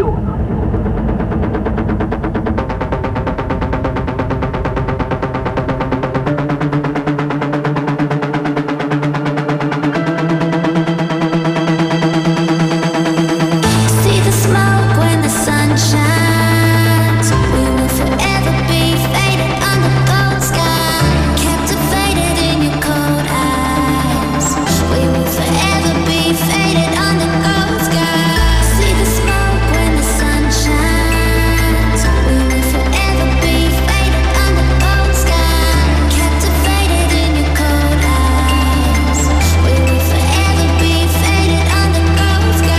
K: See the smoke when the sun shines. We will forever be faded under gold sky. Captivated in your cold eyes. We will forever be faded under gold sky. See the smoke when the sun shines. We will forever be faded under gold sky. Captivated in your cold eyes. We will forever be faded under gold sky.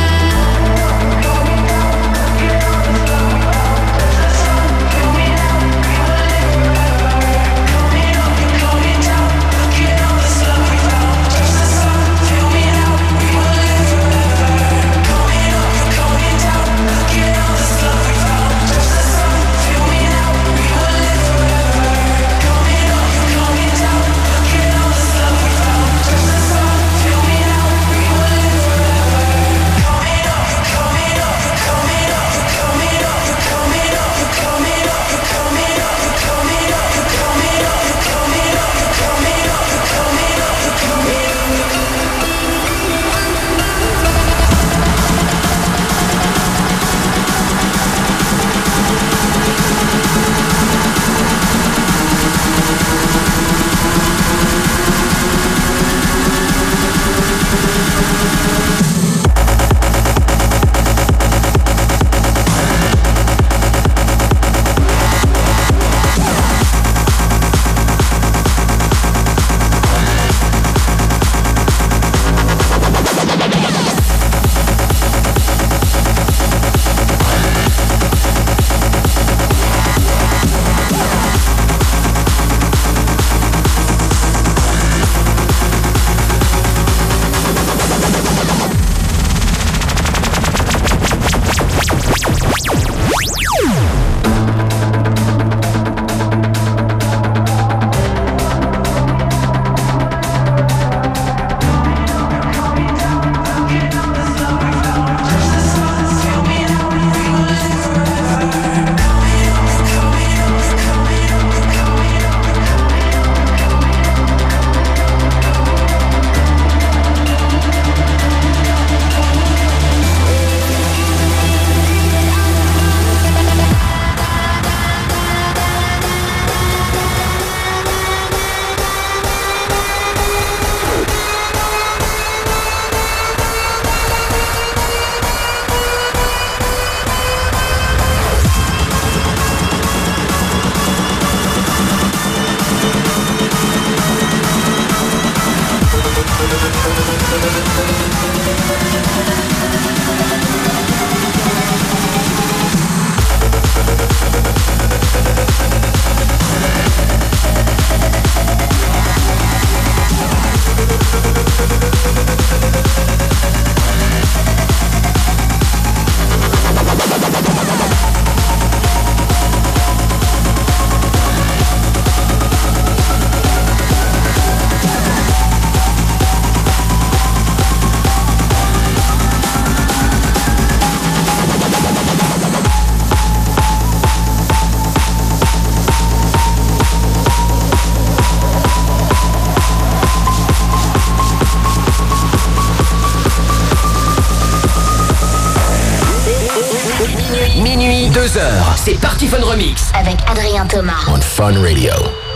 C: Minuit, 2h, c'est Party Fun Remix
L: avec Adrien Thomas.
B: On Fun Radio.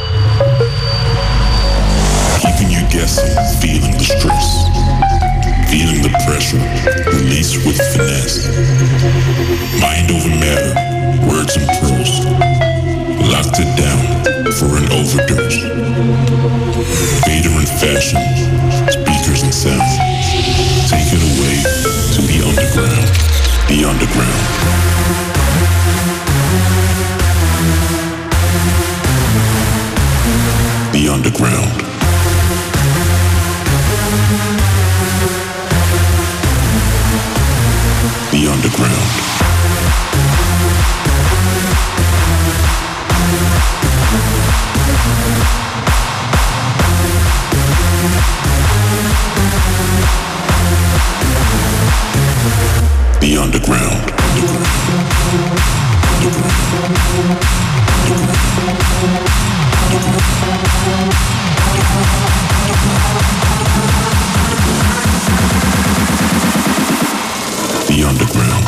J: Keeping you guessing, feeling the stress, feeling the pressure, release with finesse. Mind over matter, words and prose. Locked it down for an overdose. Vader in fashion, speakers and sound. Take it away to the underground, the underground. The underground. The underground. underground. The underground.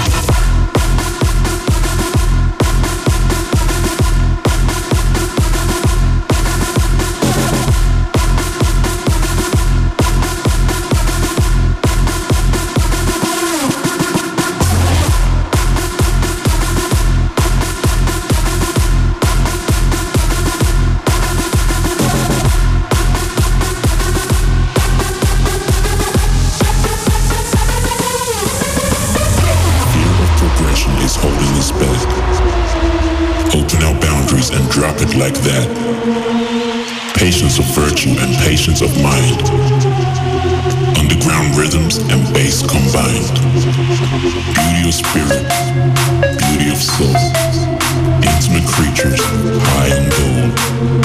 J: Drop it like that. Patience of virtue and patience of mind. Underground rhythms and bass combined. Beauty of spirit, beauty of soul. Intimate creatures, high on gold.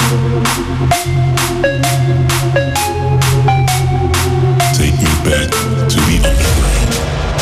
J: Take me back to the underground.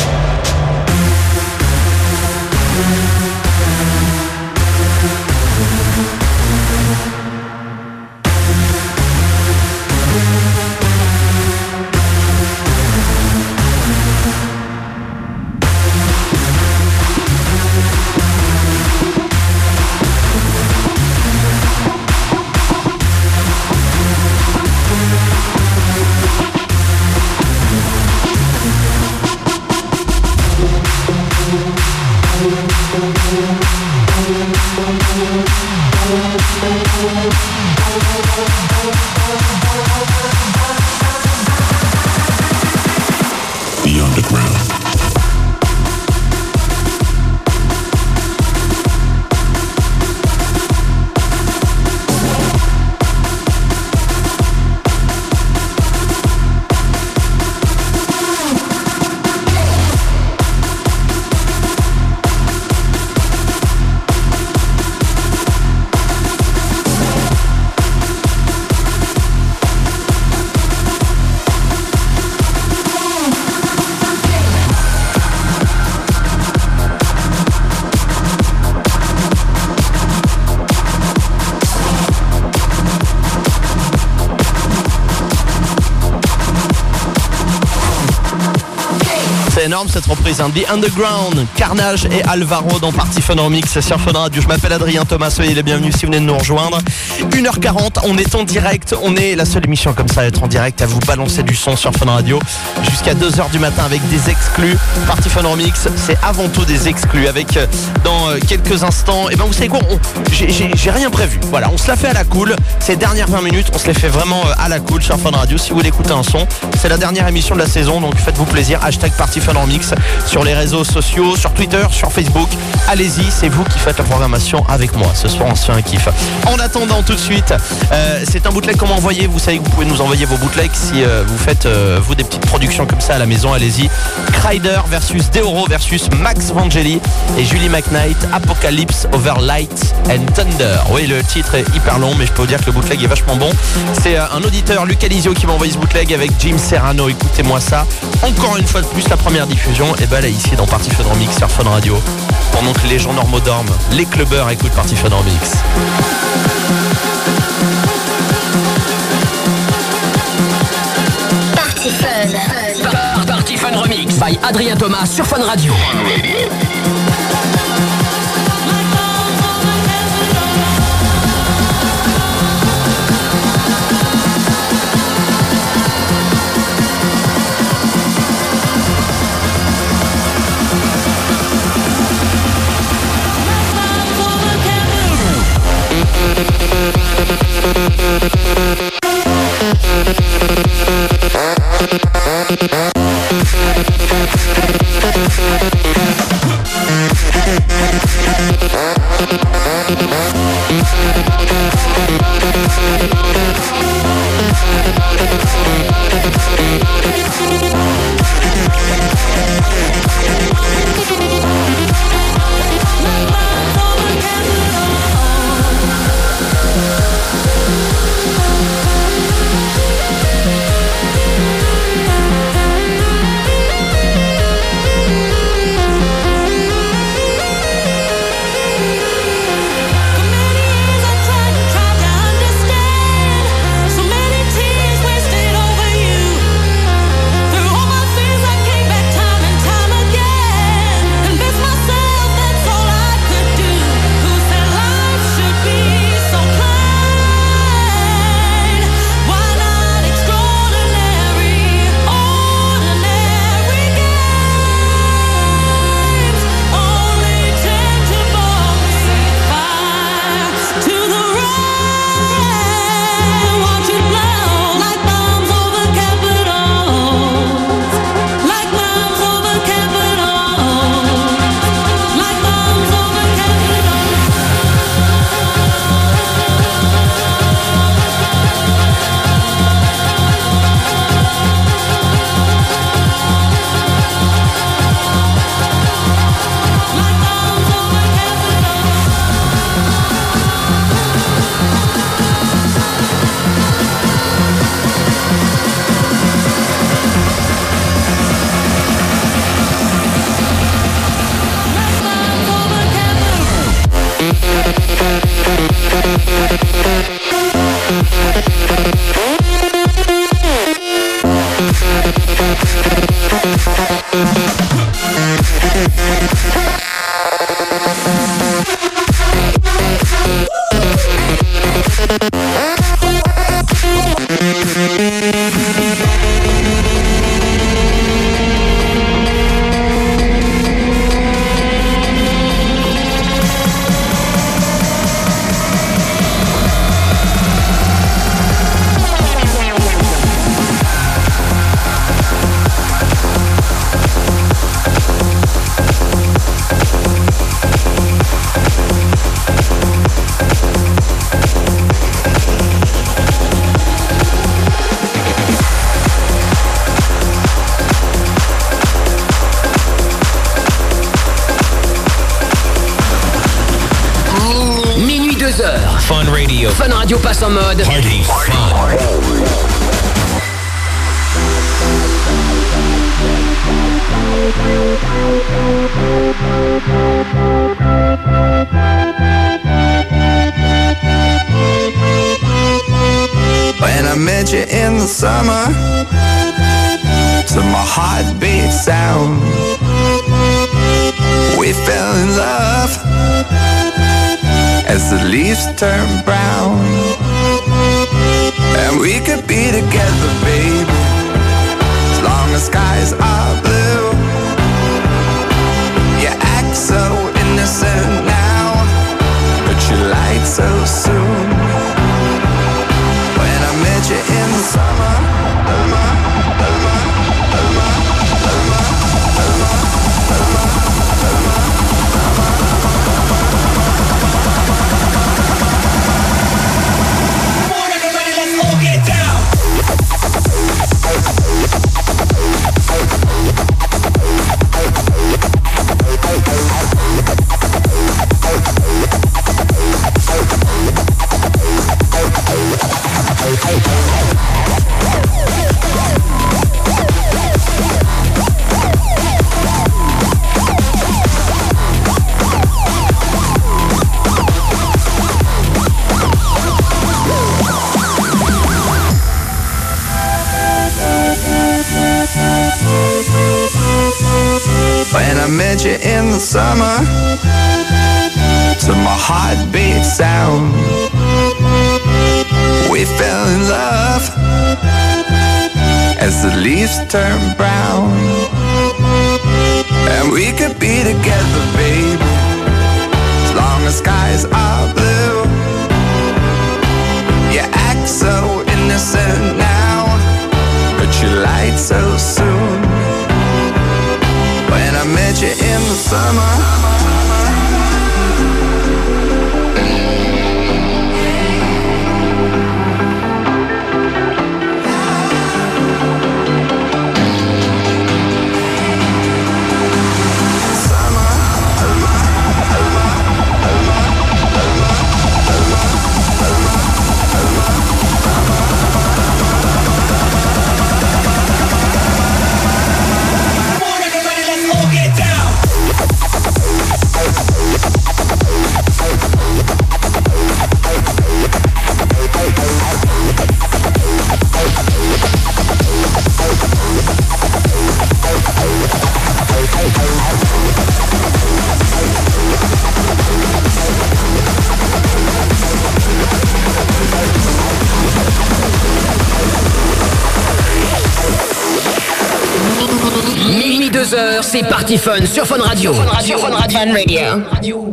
J: The underground.
A: C'est énorme cette reprise, hein. The Underground, Carnage et Alvaro dans Party Fun Remix sur Fun Radio. Je m'appelle Adrien Thomas, soyez les bienvenus si vous venez de nous rejoindre. 1h40, on est en direct, on est la seule émission comme ça à être en direct, à vous balancer du son sur Fun Radio jusqu'à 2h du matin avec des exclus. Party Fun Remix, c'est avant tout des exclus avec dans quelques instants, et ben vous savez quoi, j'ai rien prévu. Voilà, on se la fait à la cool. Ces dernières 20 minutes, on se les fait vraiment à la cool sur Fun Radio. Si vous voulez écouter un son, c'est la dernière émission de la saison, donc faites-vous plaisir. Hashtag Party Fun Remix sur les réseaux sociaux, sur Twitter, sur Facebook. Allez-y, c'est vous qui faites la programmation avec moi. Ce soir, on se fait un kiff. En attendant, tout de suite, c'est un bootleg qu'on m'a envoyé. Vous savez que vous pouvez nous envoyer vos bootlegs si vous faites vous des petites productions comme ça à la maison. Allez-y. Kryder versus Deoro versus Max Vangeli et Julie McKnight. Apocalypse over Light and Thunder. Oui, le titre est hyper long, mais je peux vous dire que le bootleg est vachement bon. C'est un auditeur, Luc Alizio, qui m'a envoyé ce bootleg avec Jim Serrano. Écoutez-moi ça. Encore une fois de plus, la première diffusion. Et ben là, ici, dans Party Fun Remix sur Fun Radio. Pendant que les gens normaux dorment, les clubbers écoutent Party Fun Remix.
L: Party Fun.
C: Party Fun Remix by Adrien Thomas sur Fun Radio. Fun Radio. Fun Radio passe en mode
B: Party Fun.
I: When I met you in the summer, to my heartbeat sound, we fell in love as the leaves turn brown. And we could be together, baby, as long as skies are blue. You act so innocent now, but you lied so soon. When I met you in the summer, met you in the summer, to my heartbeat sound, we fell in love as the leaves turn brown. And we could be together, baby, as long as skies are blue. You act so innocent now, but you lied so soon. When I met you in the summer,
C: Minuit 2h, c'est Party Fun sur Fun Radio. Fun Radio. Fun Radio.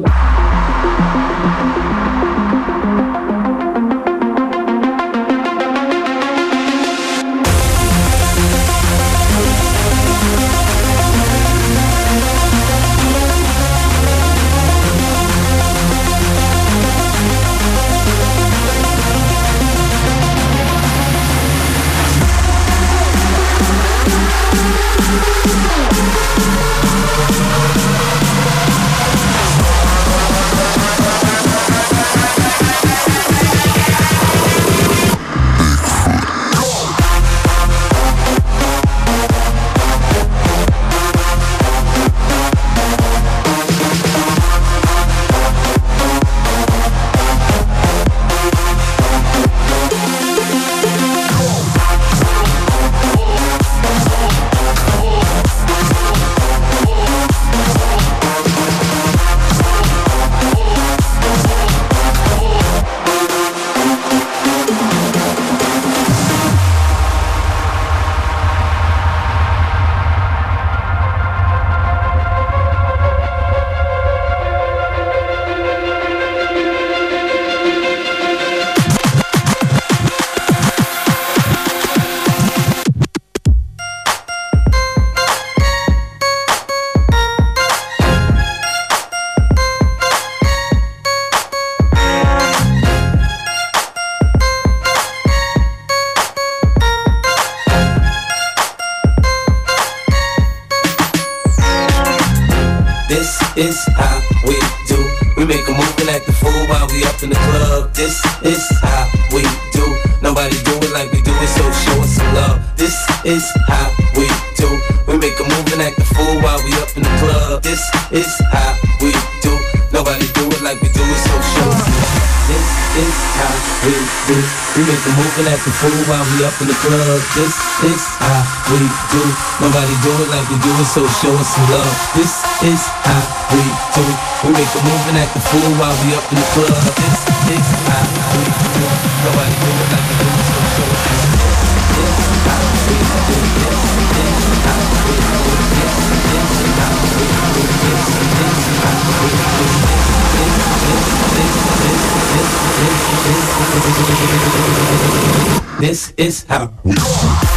M: This is how we do. We make a move and act the fool while we up in the club. This is how we do. Nobody do it like we do it, so show us some love. This is how we do. We make a move and act the fool while we up in the club. This is how we do. Nobody do it like we do it, so show us some love. This is how we do. We make a move and act the fool while we up in the club. This is how we do. Nobody do it like we do it, so show us some love. This is how we do. We make a move and act the fool while we up in the club. This is how we do. Nobody do it like we do it, so show us some love. This is how we do. This is how we do. This is how we do. This is how we do. This is how we do.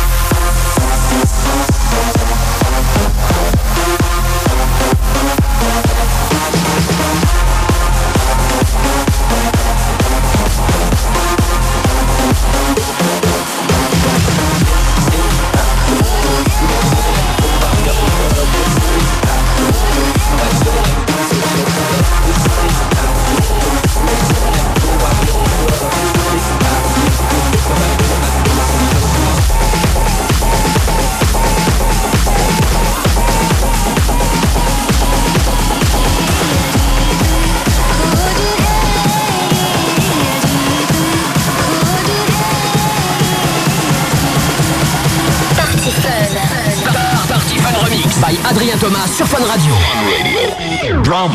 C: by Adrien Thomas sur Fun Radio.
B: Drum.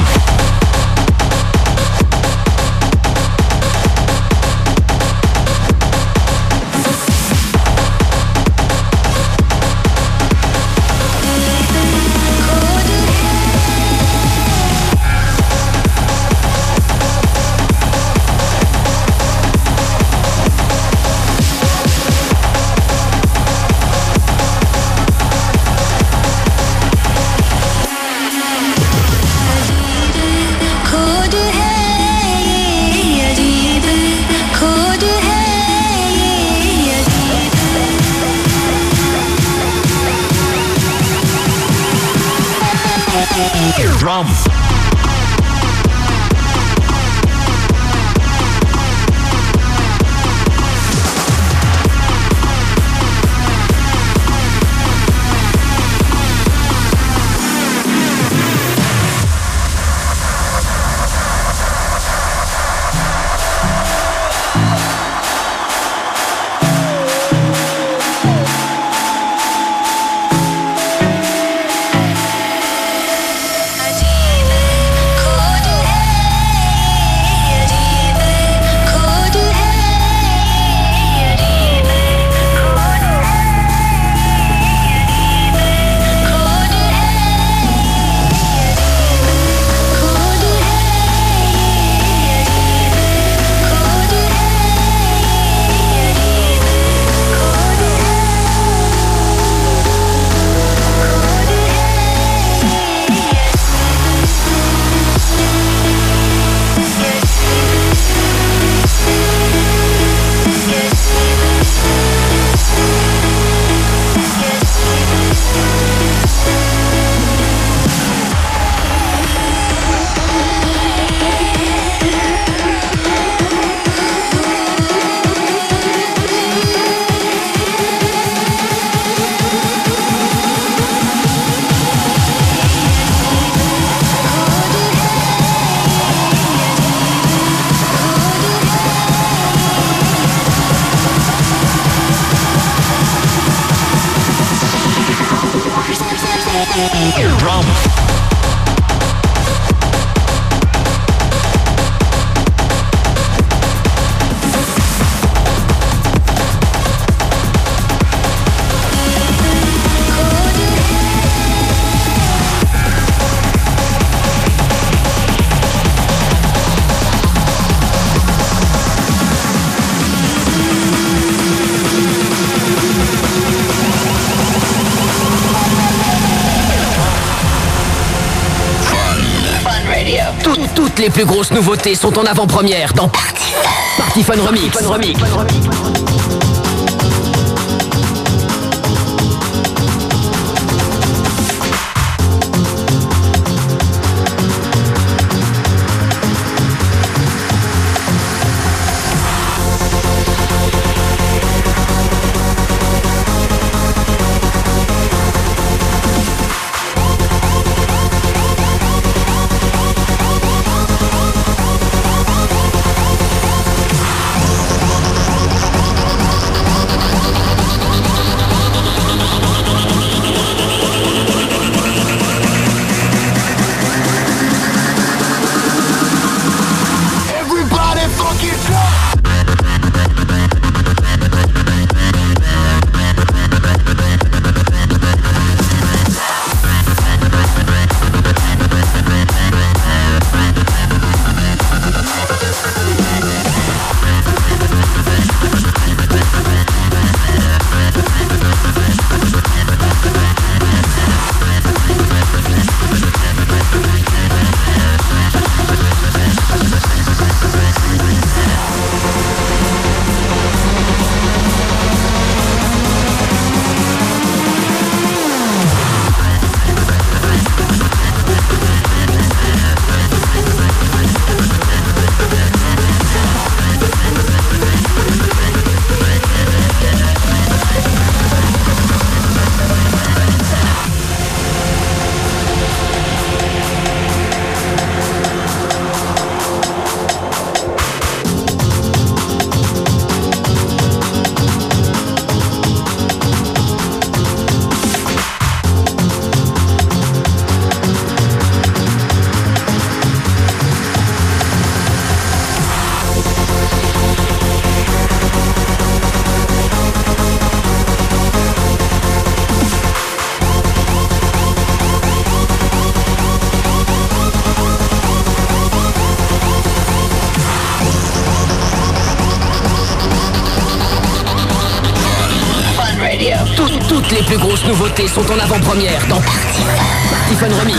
B: Drum. Drum.
C: Toutes les plus grosses nouveautés sont en avant-première dans Party Fun Remix. plus grosses nouveautés sont en avant-première dans Party Fun Remix.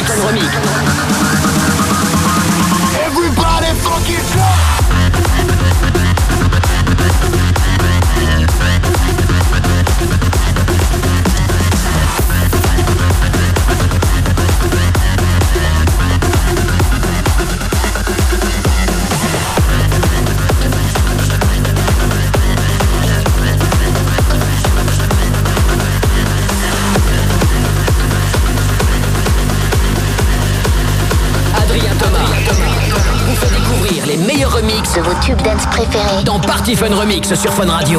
N: Everybody fucking jump!
C: Les meilleurs remixes
K: de vos tubes dance préférés
C: dans Party Fun Remix sur Fun Radio.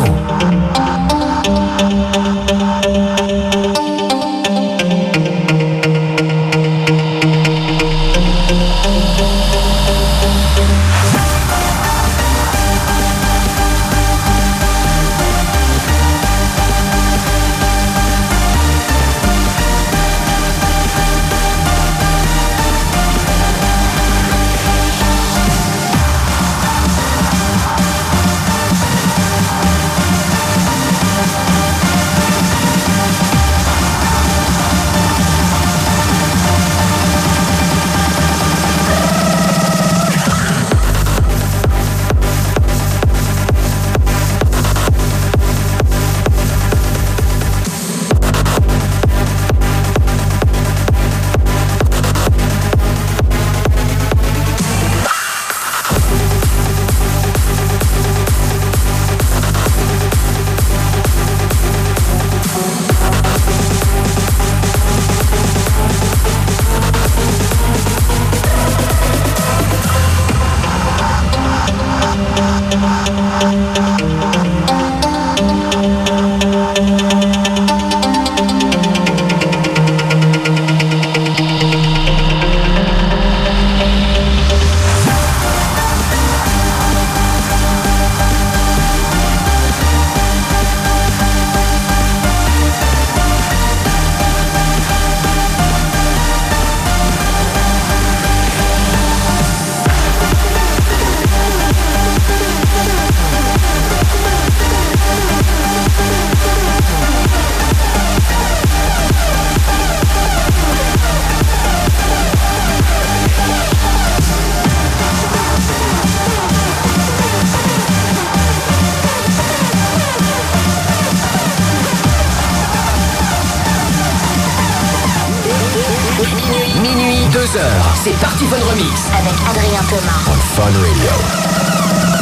C: Minuit, 2h, c'est Party Fun Remix
K: avec Adrien Thomas.
C: on Fun Radio.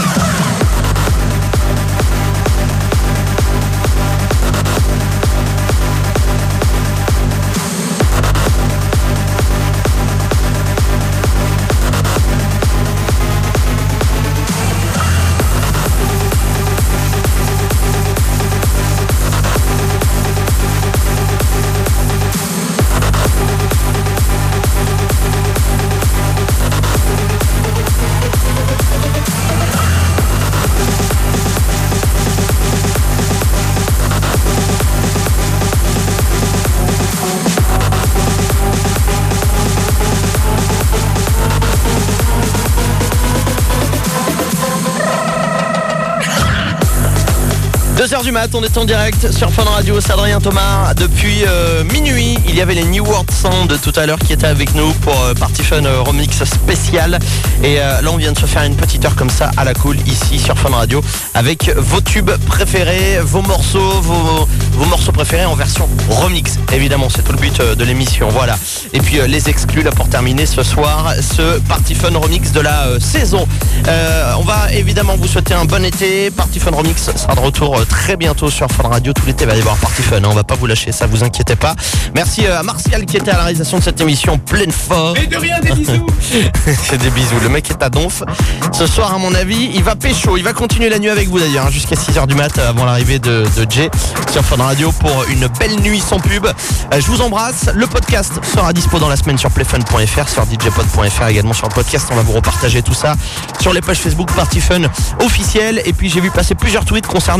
A: Du mat, on est en direct sur Fun Radio, c'est Adrien Thomas. Depuis minuit, il y avait les New World Sound tout à l'heure qui étaient avec nous pour Party Fun Remix spécial. Et là, on vient de se faire une petite heure comme ça à la cool ici sur Fun Radio avec vos tubes préférés, vos morceaux, vos morceaux préférés en version remix. Évidemment, c'est tout le but de l'émission. Voilà. Et puis les exclus là pour terminer ce soir ce Party Fun Remix de la saison. On va évidemment vous souhaiter un bon été. Party Fun Remix sera de retour très bientôt sur Fun Radio. Tout l'été va y avoir Party Fun, hein. On va pas vous lâcher, ça vous inquiétez pas. Merci à Martial qui était à la réalisation de cette émission pleine forme.
H: Et de rien, des bisous.
A: C'est des bisous, le mec est à donf. Ce soir à mon avis il va pécho. Il va continuer la nuit avec vous d'ailleurs, hein, jusqu'à 6h du mat avant l'arrivée de Jay sur Fun Radio pour une belle nuit sans pub. Je vous embrasse. Le podcast sera dispo dans la semaine sur playfun.fr, sur djpod.fr également sur le podcast. On va vous repartager tout ça sur les pages Facebook Party Fun officiel. Et puis j'ai vu passer plusieurs tweets concernant le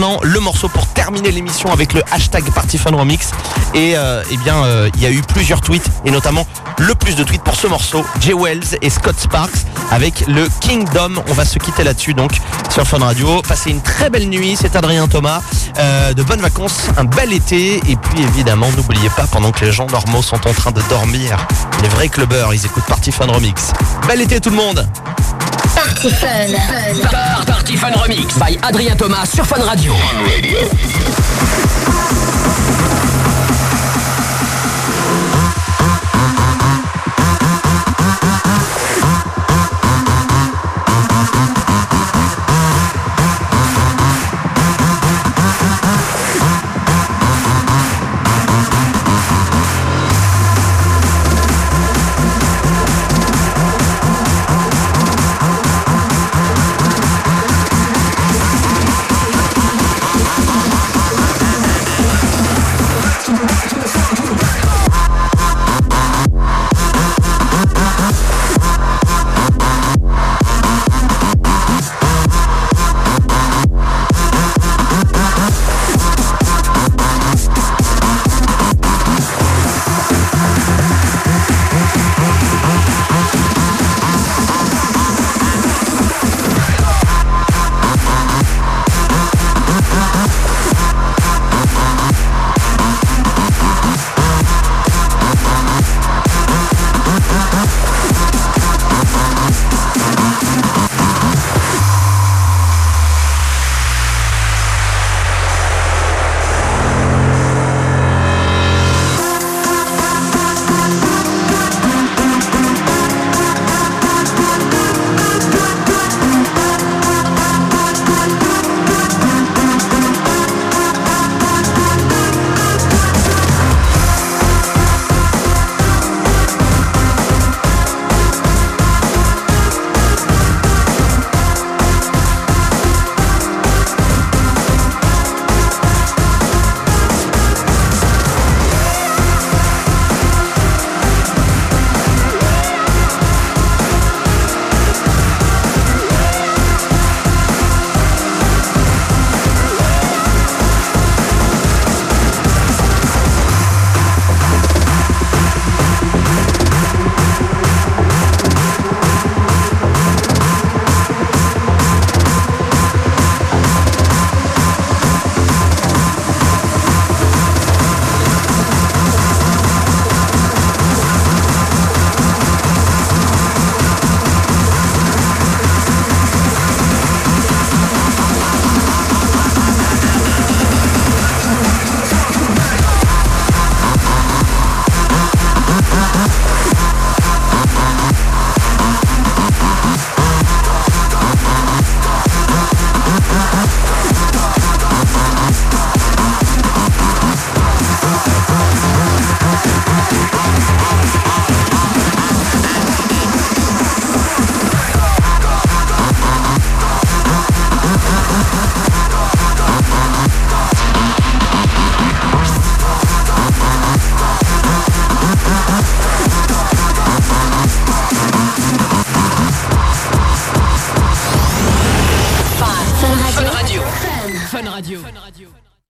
A: morceaux pour terminer l'émission avec le hashtag PartyFunRemix. Et il y a eu plusieurs tweets et notamment le plus de tweets pour ce morceau, Jay Wells et Scott Sparks avec le Kingdom. On va se quitter là-dessus donc sur Fun Radio. Passez une très belle nuit, c'est Adrien Thomas. De bonnes vacances, un bel été et puis évidemment n'oubliez pas, pendant que les gens normaux sont en train de dormir, les vrais clubbers ils écoutent Party Fun Remix. Bel été tout le monde.
C: Party Fun. Party Fun Remix by Adrien Thomas sur Fun Radio.